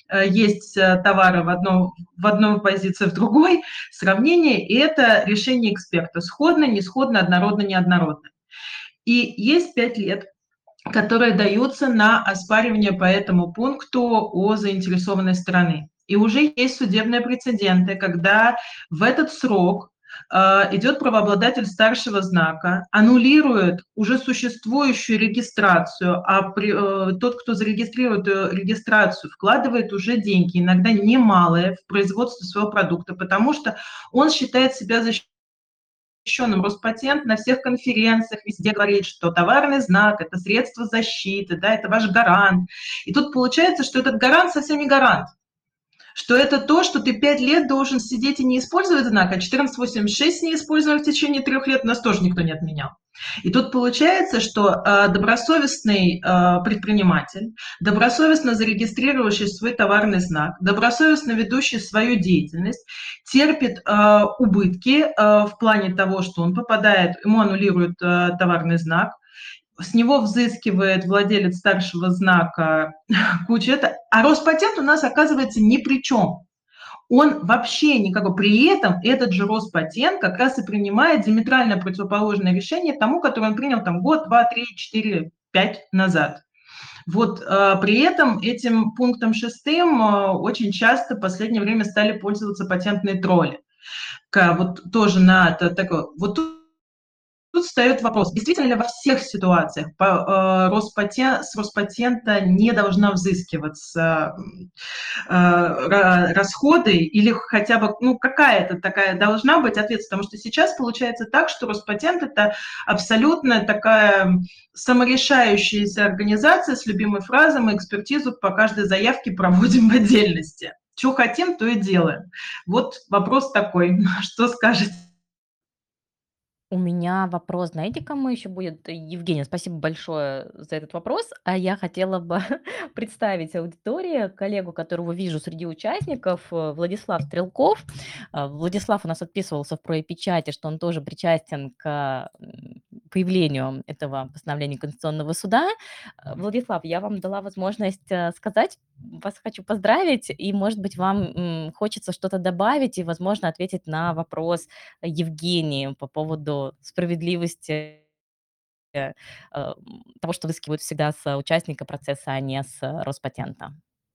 есть товары в одной позиции, в другой, сравнение, и это решение эксперта. Сходно, не сходно, однородно, неоднородно. И есть 5 лет, которые даются на оспаривание по этому пункту о заинтересованной стороны. И уже есть судебные прецеденты, когда в этот срок идет правообладатель старшего знака, аннулирует уже существующую регистрацию, тот, кто зарегистрирует регистрацию, вкладывает уже деньги, иногда немалые, в производство своего продукта, потому что он считает себя защищенным. Роспатент на всех конференциях везде говорит, что товарный знак – это средство защиты, да, это ваш гарант. И тут получается, что этот гарант совсем не гарант, что это то, что ты 5 лет должен сидеть и не использовать знак, а 1486 не использовал в течение 3 лет, нас тоже никто не отменял. И тут получается, что добросовестный предприниматель, добросовестно зарегистрировавший свой товарный знак, добросовестно ведущий свою деятельность, терпит убытки в плане того, что он попадает, ему аннулируют товарный знак, с него взыскивает владелец старшего знака кучу это, а Роспатент у нас оказывается ни при чем. Он вообще никакой. При этом этот же Роспатент как раз и принимает диаметрально противоположное решение тому, которое он принял там год, 2, 3, 4, 5 назад. Вот при этом этим пунктом 6 очень часто в последнее время стали пользоваться патентные тролли. Вот тоже на такое. Вот тут тут встает вопрос, действительно ли во всех ситуациях с Роспатента не должна взыскиваться расходы или хотя бы, ну, какая-то такая должна быть ответственность, потому что сейчас получается так, что Роспатент – это абсолютно такая саморешающаяся организация с любимой фразой «Мы экспертизу по каждой заявке проводим в отдельности». Что хотим, то и делаем. Вот вопрос такой, что скажете? У меня вопрос, знаете, кому еще будет? Евгения, спасибо большое за этот вопрос. А я хотела бы представить аудитории коллегу, которого вижу среди участников, Владислав Стрелков. Владислав у нас отписывался в проe-печати, что он тоже причастен к появлению этого постановления Конституционного суда. Владислав, я вам дала возможность сказать, вас хочу поздравить, и, может быть, вам хочется что-то добавить и, возможно, ответить на вопрос Евгении по поводу справедливости того, что взыскивают всегда с участника процесса, а не с Роспатента.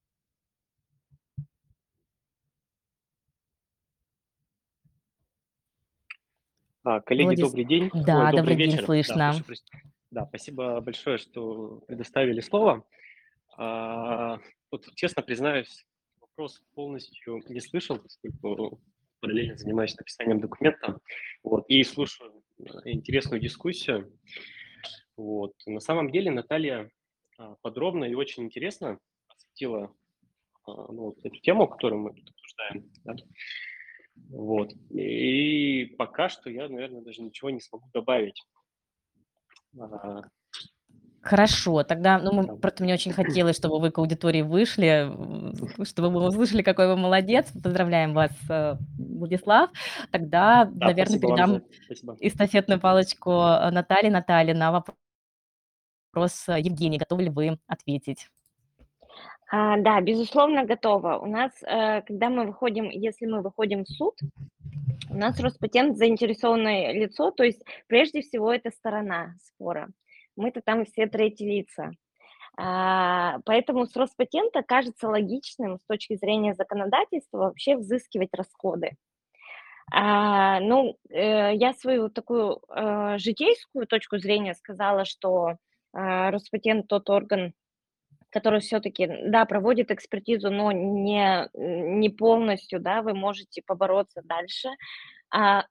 Коллеги, Владис добрый день. Ой, Да, добрый добрый день, вечер. Да, слышно. да, спасибо большое, что предоставили слово. А, Вот честно признаюсь, вопрос полностью не слышал, поскольку параллельно занимаюсь написанием документа, вот, и слушаю интересную дискуссию. Вот. На самом деле Наталья подробно и очень интересно осветила ну, вот эту тему, которую мы тут обсуждаем. Да? Вот. И пока что я, наверное, даже ничего не смогу добавить. А, Хорошо, тогда, да. просто мне очень хотелось, чтобы вы к аудитории вышли, чтобы мы услышали, какой вы молодец. Поздравляем вас, Владислав. Тогда, Да, наверное, спасибо вам за передам это. Спасибо. эстафетную палочку Наталье. Наталья, на вопрос Евгении, готовы ли вы ответить? Да, безусловно, готова. У нас, когда мы выходим, если мы выходим в суд, у нас Роспатент заинтересованное лицо, то есть прежде всего это сторона спора. Мы-то там все третьи лица. Поэтому с Роспатента кажется логичным с точки зрения законодательства вообще взыскивать расходы. Я свою такую житейскую точку зрения сказала, что Роспатент тот орган, который все-таки, да, проводит экспертизу, но не полностью, да, вы можете побороться дальше. А,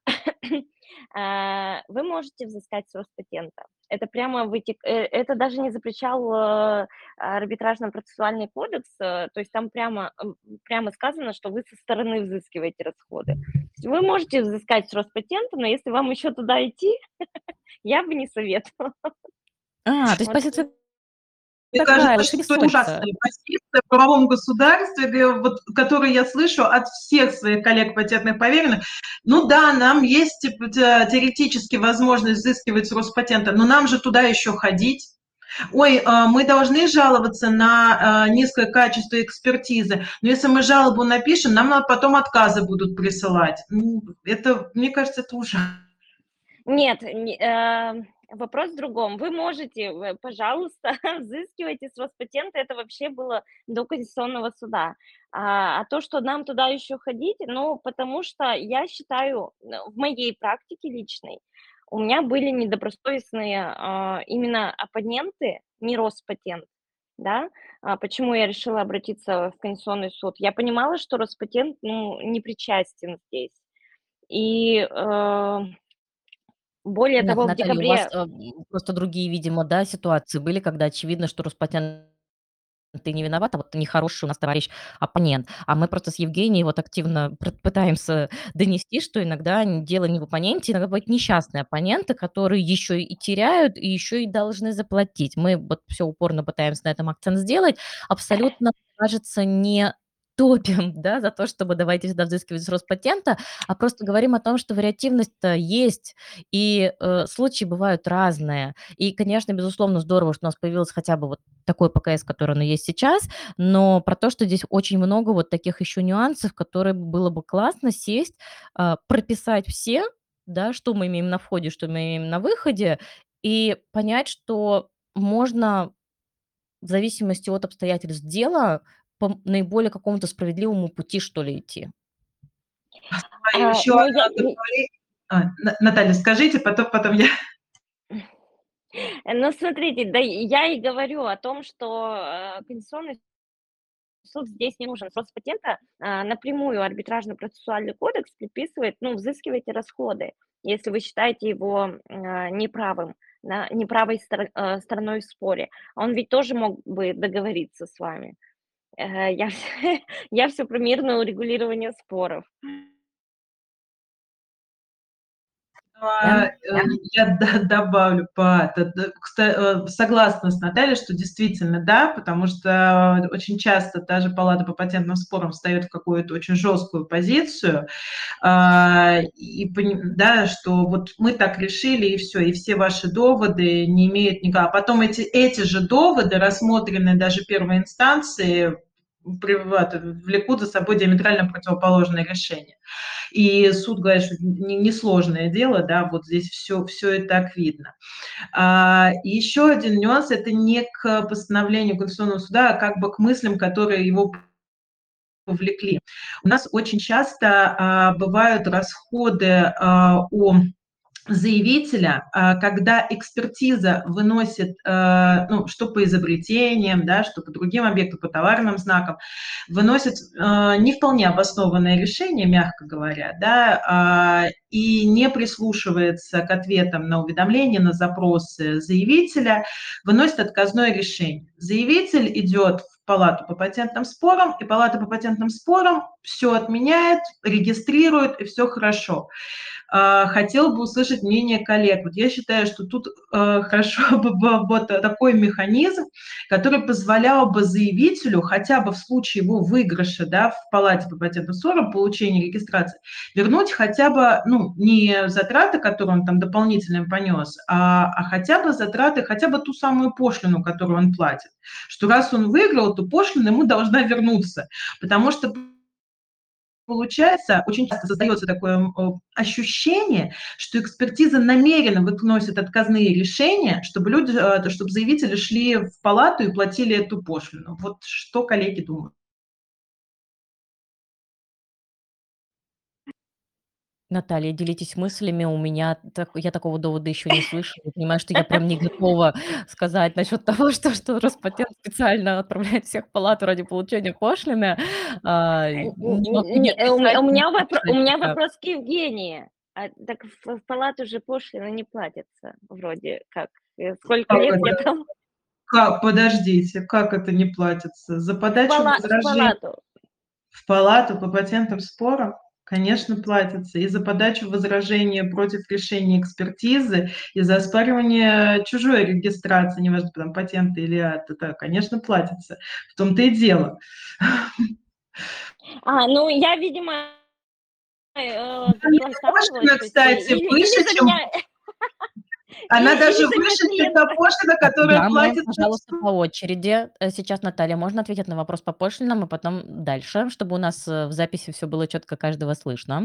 Вы можете взыскать с Роспатента. Это прямо это даже не запрещал арбитражно-процессуальный кодекс, то есть там прямо сказано, что вы со стороны взыскиваете расходы. То есть вы можете взыскать с Роспатента, но если вам еще туда идти, я бы не советовала. То есть Вот. позиция Мне такая, кажется, лучше не что это ссориться. ужасная позиция в правовом государстве, вот, которую я слышу от всех своих коллег патентных поверенных. Ну да, нам есть типа, теоретически возможность взыскивать с Роспатента, но нам же туда еще ходить. Ой, мы должны жаловаться на низкое качество экспертизы, но если мы жалобу напишем, нам потом отказы будут присылать. Это, мне кажется, это ужасно. Нет, вопрос в другом. Вы можете, пожалуйста, взыскивайте с Роспатента, это вообще было до Конституционного суда. А то, что нам туда еще ходить, ну, потому что я считаю, в моей практике личной, у меня были недобросовестные именно оппоненты, не Роспатент, да. Почему я решила обратиться в Конституционный суд? Я понимала, что Роспатент, ну, не причастен здесь. И более того, Понятно, в Наталья, у вас, декабре просто другие, видимо, да, ситуации были, когда очевидно, что Роспатент ты не виноват, а вот нехороший у нас товарищ оппонент. А мы просто с Евгенией вот активно пытаемся донести, что иногда дело не в оппоненте, иногда бывают несчастные оппоненты, которые еще и теряют, и еще и должны заплатить. Мы вот все упорно пытаемся на этом акцент сделать. Абсолютно, кажется, не топим, да, за то, чтобы давайте сюда взыскивать с Роспатента, а просто говорим о том, что вариативность-то есть, и случаи бывают разные. И, конечно, безусловно, здорово, что у нас появилось хотя бы вот такой ПКС, который оно есть сейчас, но про то, что здесь очень много вот таких еще нюансов, которые было бы классно сесть, прописать все, да, что мы имеем на входе, что мы имеем на выходе, и понять, что можно в зависимости от обстоятельств дела по наиболее какому-то справедливому пути, что ли, идти. Еще но одно добавление. Наталья, скажите, потом я. Ну, смотрите, да, я и говорю о том, что Конституционный суд здесь не нужен. Соцпатента напрямую арбитражный процессуальный кодекс предписывает, ну, взыскивайте расходы, если вы считаете его неправым, да, неправой стороной в споре. Он ведь тоже мог бы договориться с вами. Я, я все про мирное урегулирование споров. Да, А, да. я добавлю согласна с Натальей, что действительно да, потому что очень часто та же палата по патентным спорам встает в какую-то очень жесткую позицию, да, что вот мы так решили, и все, и все ваши доводы не имеют никакого. А потом эти же доводы, рассмотренные даже первой инстанции, влекут за собой диаметрально противоположное решение. И суд говорит, что несложное дело, да, вот здесь все и так видно. И еще один нюанс – это не к постановлению Конституционного суда, а как бы к мыслям, которые его повлекли. У нас очень часто бывают расходы у заявителя, когда экспертиза выносит, ну, что по изобретениям, да, что по другим объектам, по товарным знакам, выносит не вполне обоснованное решение, мягко говоря, да, и не прислушивается к ответам на уведомления, на запросы заявителя, выносит отказное решение. Заявитель идет в палату по патентным спорам, и палата по патентным спорам все отменяет, регистрирует, и все хорошо. Хотела бы услышать мнение коллег. Вот я считаю, что тут хорошо бы был вот такой механизм, который позволял бы заявителю хотя бы в случае его выигрыша, да, в палате по патентным спорам, получения регистрации, вернуть хотя бы, ну, не затраты, которые он там дополнительно понес, а хотя бы затраты, хотя бы ту самую пошлину, которую он платит. Что раз он выиграл, то пошлина ему должна вернуться. Потому что получается, очень часто создается такое ощущение, что экспертиза намеренно выносит отказные решения, чтобы люди, чтобы заявители шли в палату и платили эту пошлину. Вот что коллеги думают? Наталья, делитесь мыслями. У меня я такого довода еще не слышала. Я понимаю, что я прям не готова сказать насчет того, что Роспатент специально отправляет всех в палату ради получения пошлины. Не могу не отрицать, У не меня у поддержать меня тебя. вопрос к Евгении. Так в палату же пошлина не платится вроде как. Сколько Как лет я это? там Подождите, как это не платится? За подачу в возражений палату. в палату по патентным спорам, конечно, платится. И за подачу возражения против решения экспертизы, и за оспаривание чужой регистрации, неважно, там, патента или это, конечно, платится. В том-то и дело. Ну я, видимо, забила останавливалась, Пошлина, то есть, кстати, выше, или за чем... меня, Она или даже за меня выше, чем клиент. та пошлина, Так, которая дамы, платится в пожалуйста, по очереди. Сейчас Наталья, можно ответить на вопрос по пошлинам, и потом дальше, чтобы у нас, в записи все было четко, каждого слышно.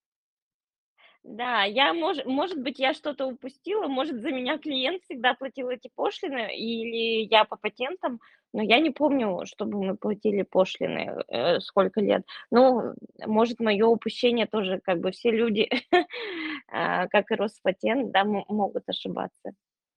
Да, может быть, я что-то упустила, может, за меня клиент всегда платил эти пошлины, или я по патентам, но я не помню, чтобы мы платили пошлины, сколько лет. Ну, может, мое упущение тоже, как бы все люди, как и Роспатент, да, могут ошибаться.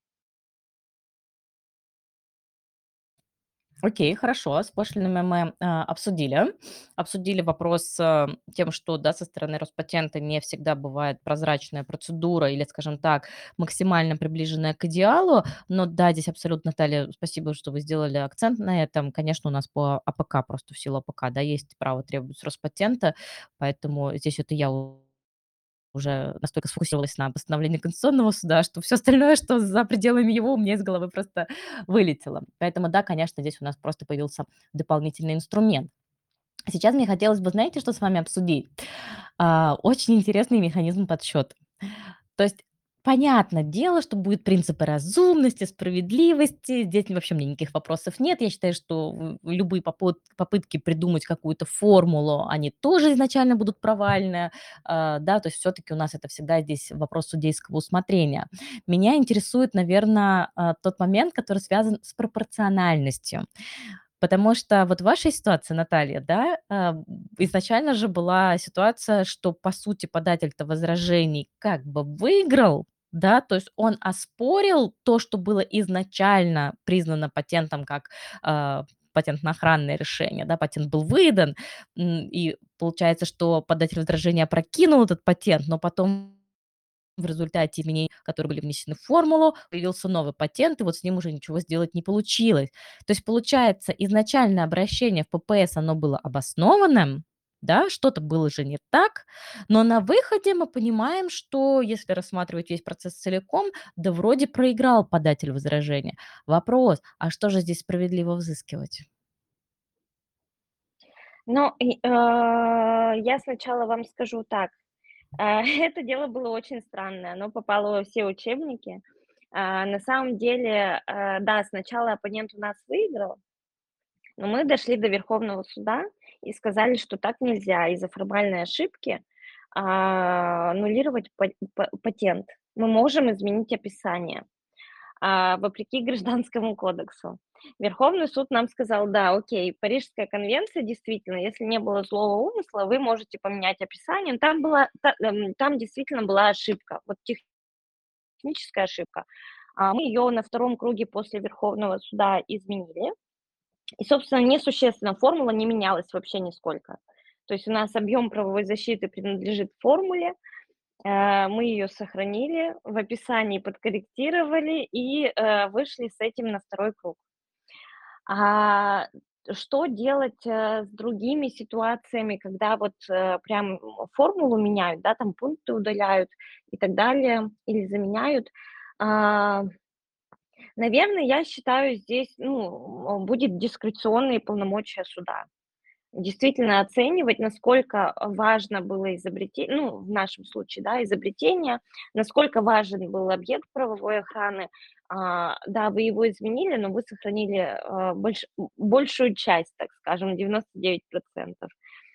Окей, хорошо. С пошлинами мы, обсудили вопрос с тем, что, да, со стороны Роспатента не всегда бывает прозрачная процедура или, скажем так, максимально приближенная к идеалу. Но да, здесь абсолютно, Наталья, спасибо, что вы сделали акцент на этом. Конечно, у нас по АПК, просто в силу АПК, да, есть право требовать с Роспатента, поэтому здесь это я уже настолько сфокусировалась на постановлении Конституционного суда, что все остальное, что за пределами его, у меня из головы просто вылетело. Поэтому да, конечно, здесь у нас просто появился дополнительный инструмент. Сейчас мне хотелось бы, знаете, что с вами обсудить? Очень интересный механизм подсчета. То есть понятное дело, что будут принципы разумности, справедливости. Здесь вообще мне никаких вопросов нет. Я считаю, что любые попытки придумать какую-то формулу, они тоже изначально будут провальны. Да, то есть все-таки у нас это всегда здесь вопрос судейского усмотрения. Меня интересует, наверное, тот момент, который связан с пропорциональностью. Потому что вот в вашей ситуации, Наталья, да, изначально же была ситуация, что, по сути, податель-то возражений как бы выиграл, да, то есть он оспорил то, что было изначально признано патентом как патентно-охранное решение, да, патент был выдан, и получается, что податель возражения опрокинул этот патент, но потом в результате изменений, которые были внесены в формулу, появился новый патент, и вот с ним уже ничего сделать не получилось. То есть, получается, изначальное обращение в ППС, оно было обоснованным, да, что-то было же не так, но на выходе мы понимаем, что если рассматривать весь процесс целиком, да вроде проиграл податель возражения. Вопрос, а что же здесь справедливо взыскивать? Я сначала вам скажу так. Это дело было очень странное, оно попало во все учебники. На самом деле, да, сначала оппонент у нас выиграл, но мы дошли до Верховного суда и сказали, что так нельзя из-за формальной ошибки аннулировать патент. Мы можем изменить описание, вопреки Гражданскому кодексу. Верховный суд нам сказал: да, окей, Парижская конвенция, действительно, если не было злого умысла, вы можете поменять описание. Там действительно была ошибка, вот техническая ошибка. Мы ее на втором круге после Верховного суда изменили. И, собственно, несущественно, формула не менялась вообще нисколько. То есть у нас объем правовой защиты принадлежит формуле, мы ее сохранили, в описании подкорректировали и вышли с этим на второй круг. А что делать с другими ситуациями, когда вот прям формулу меняют, да, там пункты удаляют и так далее, или заменяют? А, Наверное, я считаю, здесь будет дискреционные полномочия суда. Действительно оценивать, насколько важно было изобретение, ну, в нашем случае, да, изобретение, насколько важен был объект правовой охраны. Да, вы его изменили, но вы сохранили большую часть, так скажем, 99%.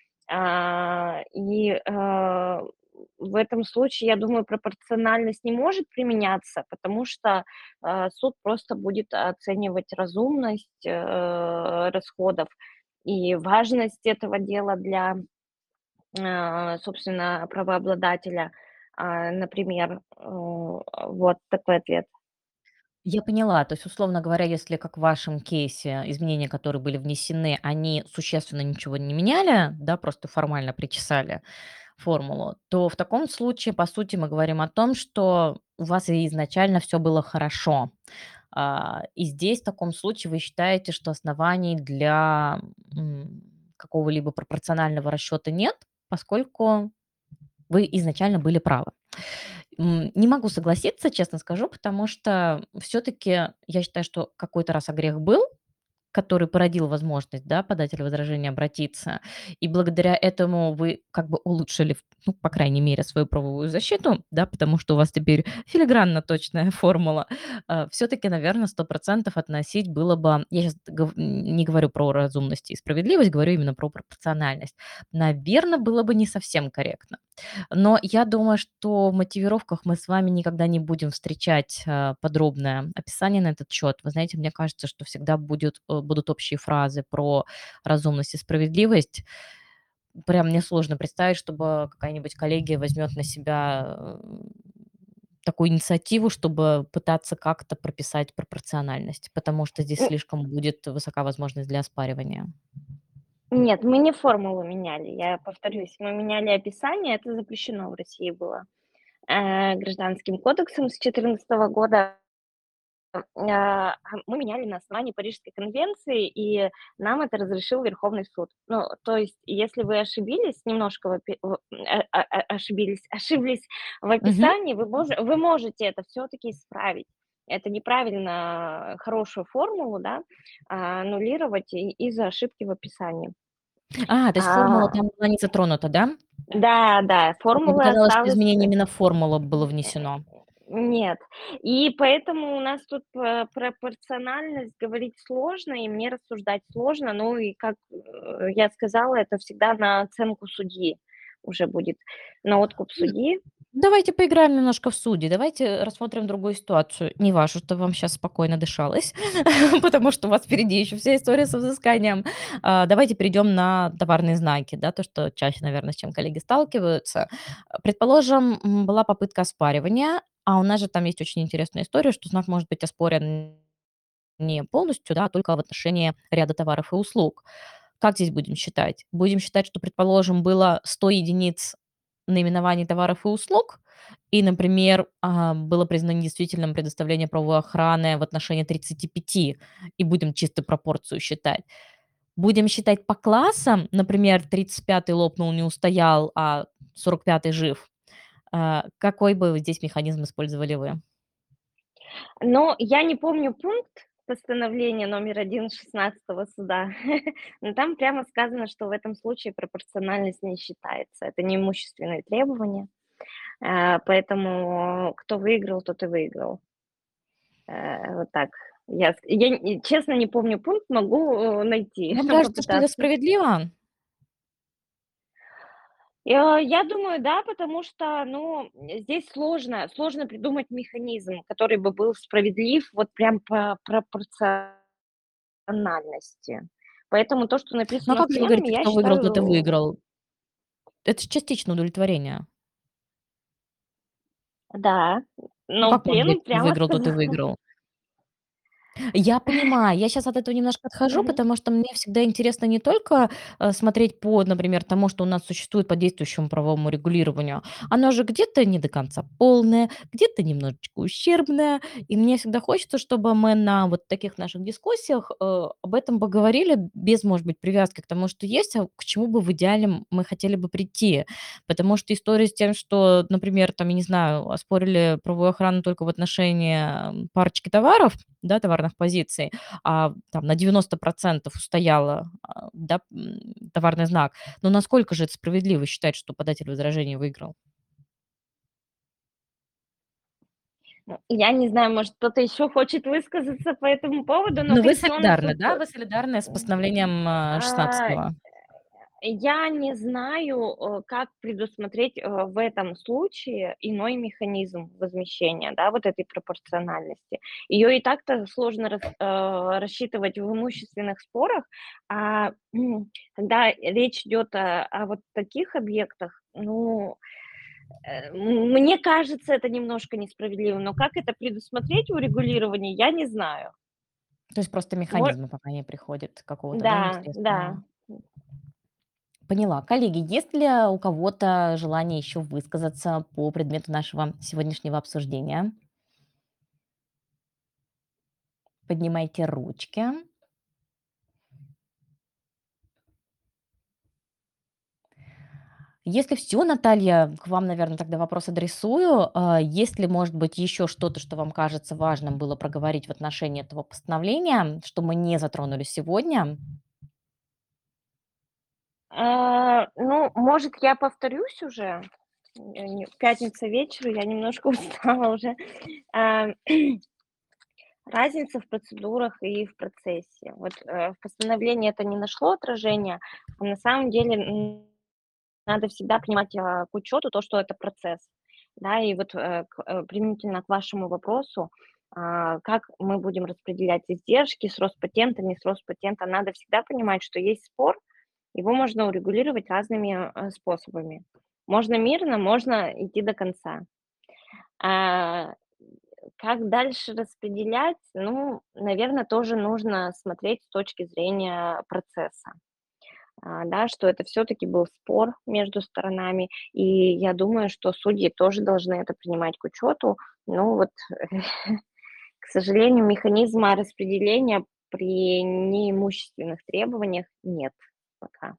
В этом случае, я думаю, пропорциональность не может применяться, потому что суд просто будет оценивать разумность расходов и важность этого дела для, собственно, правообладателя, например. Вот такой ответ. Я поняла. То есть, условно говоря, если, как в вашем кейсе, изменения, которые были внесены, они существенно ничего не меняли, да, просто формально причесали формулу, то в таком случае, по сути, мы говорим о том, что у вас и изначально все было хорошо. И здесь в таком случае вы считаете, что оснований для какого-либо пропорционального расчета нет, поскольку вы изначально были правы. Не могу согласиться, честно скажу, потому что все-таки я считаю, что какой-то раз огрех был, который породил возможность, да, подателя возражения обратиться. И благодаря этому вы как бы улучшили, ну, по крайней мере, свою правовую защиту, да, потому что у вас теперь филигранно точная формула. Все-таки, наверное, 100% относить было бы, я сейчас не говорю про разумность и справедливость, говорю именно про пропорциональность. Наверное, было бы не совсем корректно. Но я думаю, что в мотивировках мы с вами никогда не будем встречать подробное описание на этот счет. Вы знаете, мне кажется, что всегда будут общие фразы про разумность и справедливость. Прям мне сложно представить, чтобы какая-нибудь коллегия возьмет на себя такую инициативу, чтобы пытаться как-то прописать пропорциональность, потому что здесь Н- слишком будет высока возможность для оспаривания. Нет, мы не формулу меняли, я повторюсь, мы меняли описание, это запрещено в России было Гражданским кодексом с 2014 года. Мы меняли на основании Парижской конвенции, и нам это разрешил Верховный суд. Ну, то есть, если вы ошибились, немножко ошиблись в Мгм. описании, вы можете это все-таки исправить. Это неправильно хорошую формулу, да, аннулировать из-за ошибки в описании. То есть формула А, там была не затронута, да? да, да, Мне формула показалось, что осталась. изменение именно в формулу было внесено. Нет. И поэтому у нас тут пропорциональность говорить сложно, и мне рассуждать сложно. Ну и, как я сказала, это всегда на оценку судьи уже будет, на откуп судьи. Давайте поиграем немножко в судьи. Давайте рассмотрим другую ситуацию. Не вашу, чтобы вам сейчас спокойно дышалось, потому что у вас впереди еще вся история с взысканием. Давайте перейдем на товарные знаки, да, то, что чаще, наверное, с чем коллеги сталкиваются. Предположим, была попытка оспаривания, А у нас же там есть очень интересная история, что знак может быть оспорен не полностью, да, а только в отношении ряда товаров и услуг. Как здесь будем считать? Будем считать, что, предположим, было 100 единиц наименований товаров и услуг, и, например, было признано недействительным предоставление правовой охраны в отношении 35, и будем чисто пропорцию считать. Будем считать по классам, например, 35-й лопнул, не устоял, а 45-й жив. Какой бы здесь механизм использовали вы? Но я не помню пункт постановления номер 1 16 суда, но там прямо сказано, что в этом случае пропорциональность не считается. Это не имущественные требования, поэтому кто выиграл, тот и выиграл. Вот так. Честно не помню пункт, могу найти, Вам кажется, что это попытаться. справедливо? Я думаю, да, потому что, ну, здесь сложно придумать механизм, который бы был справедлив вот прям по пропорциональности. Поэтому то, что Ну, а написано в как же вы пленуме, говорите, я кто выиграл, тот и считаю, выиграл? Это ж частичное удовлетворение. да. Ну, Но как можно пленум говорить, кто прямо выиграл, тот и сказал. выиграл? Я понимаю, я сейчас от этого немножко отхожу, Мгм. потому что мне всегда интересно не только, смотреть по, например, тому, что у нас существует по действующему правовому регулированию. Оно же где-то не до конца полное, где-то немножечко ущербное. И мне всегда хочется, чтобы мы на вот таких наших дискуссиях, об этом поговорили без, может быть, привязки к тому, что есть, а к чему бы в идеале мы хотели бы прийти. Потому что история с тем, что, например, там, я не знаю, оспорили правовую охрану только в отношении, парочки товаров, да, товарных позиций, там на 90% устояла, да, товарный знак. Но насколько же это справедливо считать, что податель возражений выиграл? Ну, я не знаю, может, кто-то еще хочет высказаться по этому поводу, но Но вы Конституционный солидарны, суд, да? Вы солидарны с постановлением, а, 16-го? я не знаю, как предусмотреть, в этом случае иной механизм возмещения, да, вот этой пропорциональности. Ее и так-то сложно рассчитывать в имущественных спорах, когда речь идет о вот таких объектах, ну, мне кажется, это немножко несправедливо, но как это предусмотреть в урегулировании, я не знаю. То есть просто Мо механизма пока не приходит какого-то, да, Да, да. непосредственного? Поняла. Коллеги, есть ли у кого-то желание еще высказаться по предмету нашего сегодняшнего обсуждения? Поднимайте ручки. Если все, Наталья, к вам, наверное, тогда вопрос адресую. Есть ли, может быть, еще что-то, что вам кажется важным было проговорить в отношении этого постановления, что мы не затронули сегодня? Ну, может, я повторюсь уже? Пятница вечер, я немножко устала уже. А, Разница в процедурах и в процессе. Вот, в постановлении это не нашло отражения, а на самом деле, надо всегда принимать, к учету то, что это процесс. Да, и вот, применительно к вашему вопросу, как мы будем распределять издержки с Роспатента, не с Роспатента, надо всегда понимать, что есть спор, его можно урегулировать разными, способами. Можно мирно, можно идти до конца. А, как дальше распределять? Ну, наверное, тоже нужно смотреть с точки зрения процесса, да, что это все-таки был спор между сторонами, и я думаю, что судьи тоже должны это принимать к учету. Ну вот, к сожалению, механизма распределения при неимущественных требованиях нет пока.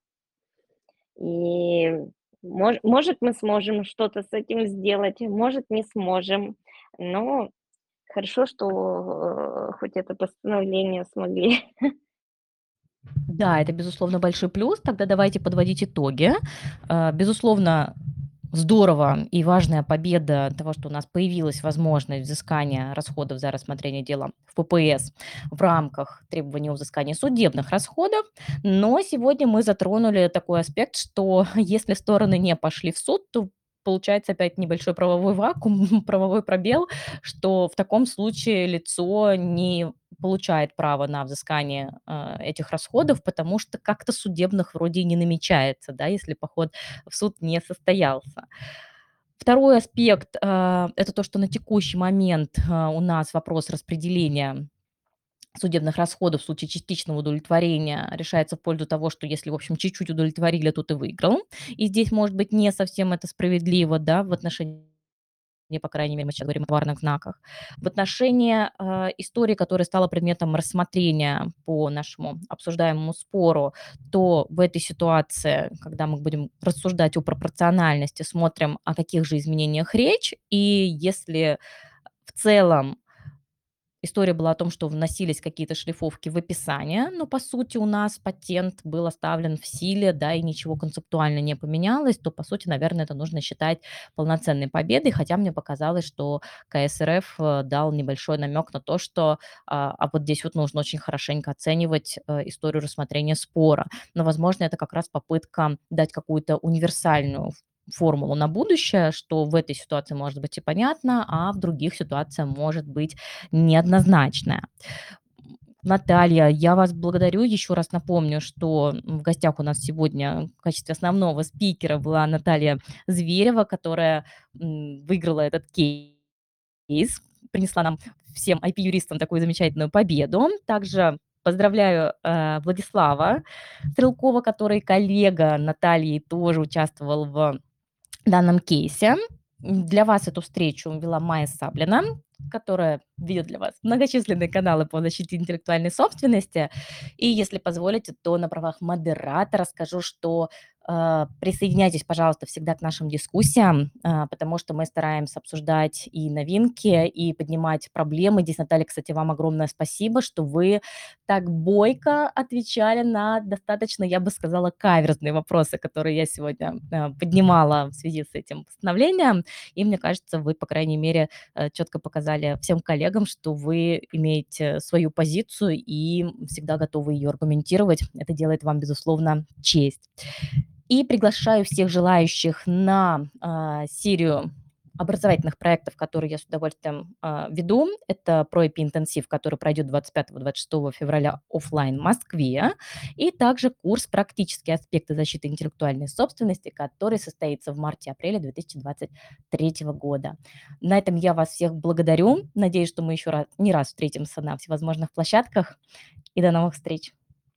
И может, мы сможем что-то с этим сделать, может, не сможем. Но хорошо, что, хоть это постановление смогли. Да, это, безусловно, большой плюс. Тогда давайте подводить итоги. Безусловно, здорово и важная победа того, что у нас появилась возможность взыскания расходов за рассмотрение дела в ППС в рамках требований о взыскании судебных расходов. Но сегодня мы затронули такой аспект, что если стороны не пошли в суд, то получается опять небольшой правовой вакуум, правовой пробел, что в таком случае лицо не получает право на взыскание этих расходов, потому что как-то судебных вроде и не намечается, да, если поход в суд не состоялся. Второй аспект, это то, что на текущий момент, у нас вопрос распределения судебных расходов в случае частичного удовлетворения решается в пользу того, что если, в общем, чуть-чуть удовлетворили, то ты выиграл. И здесь, может быть, не совсем это справедливо, да, в отношении, по крайней мере, мы сейчас говорим о товарных знаках. В отношении истории, которая стала предметом рассмотрения по нашему обсуждаемому спору, то в этой ситуации, когда мы будем рассуждать о пропорциональности, смотрим, о каких же изменениях речь, и если в целом история была о том, что вносились какие-то шлифовки в описание, но по сути у нас патент был оставлен в силе, да, и ничего концептуально не поменялось, то по сути, наверное, это нужно считать полноценной победой, хотя мне показалось, что КСРФ дал небольшой намек на то, что вот здесь вот нужно очень хорошенько оценивать историю рассмотрения спора. Но, возможно, это как раз попытка дать какую-то универсальную формулу на будущее, что в этой ситуации может быть и понятно, а в других ситуациях может быть неоднозначная. Наталья, я вас благодарю. Еще раз напомню, что в гостях у нас сегодня в качестве основного спикера была Наталья Зверева, которая выиграла этот кейс, принесла нам всем IP-юристам такую замечательную победу. Также поздравляю Владислава Стрелкова, который коллега Натальи, тоже участвовал в данном кейсе. Для вас эту встречу вела Майя Саблина, которая ведет для вас многочисленные каналы по защите интеллектуальной собственности. И если позволите, то на правах модератора скажу, что присоединяйтесь, пожалуйста, всегда к нашим дискуссиям, потому что мы стараемся обсуждать и новинки, и поднимать проблемы. Здесь, Наталья, кстати, вам огромное спасибо, что вы так бойко отвечали на достаточно, я бы сказала, каверзные вопросы, которые я сегодня поднимала в связи с этим постановлением. И мне кажется, вы, по крайней мере, четко показали всем коллегам, что вы имеете свою позицию и всегда готовы ее аргументировать. Это делает вам, безусловно, честь. И приглашаю всех желающих на серию образовательных проектов, которые я с удовольствием веду. Это ProIP-интенсив, который пройдет 25-26 февраля оффлайн в Москве, и также курс «Практические аспекты защиты интеллектуальной собственности», который состоится в марте-апреле 2023 года. На этом я вас всех благодарю. Надеюсь, что мы еще не раз встретимся на всевозможных площадках. И до новых встреч.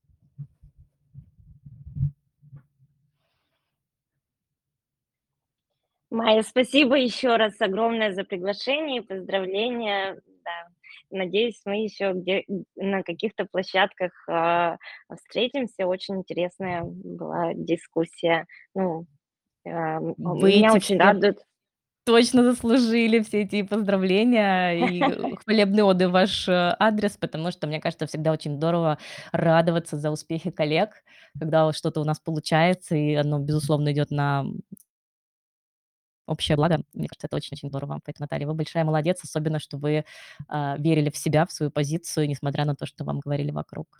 Майя, спасибо еще раз огромное за приглашение и поздравления. Да. Надеюсь, мы еще на каких-то площадках встретимся. Очень интересная была дискуссия. Ну, Вы меня эти очень все радует. точно заслужили все эти поздравления и хвалебные оды в ваш адрес, потому что, мне кажется, всегда очень здорово радоваться за успехи коллег, когда вот что-то у нас получается, и оно, безусловно, идет на общее благо. Мне кажется, это очень-очень здорово. Поэтому, Наталья, вы большая молодец, особенно, что вы верили в себя, в свою позицию, несмотря на то, что вам говорили вокруг.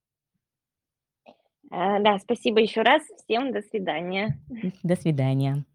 Да, спасибо еще раз. Всем до свидания. До свидания.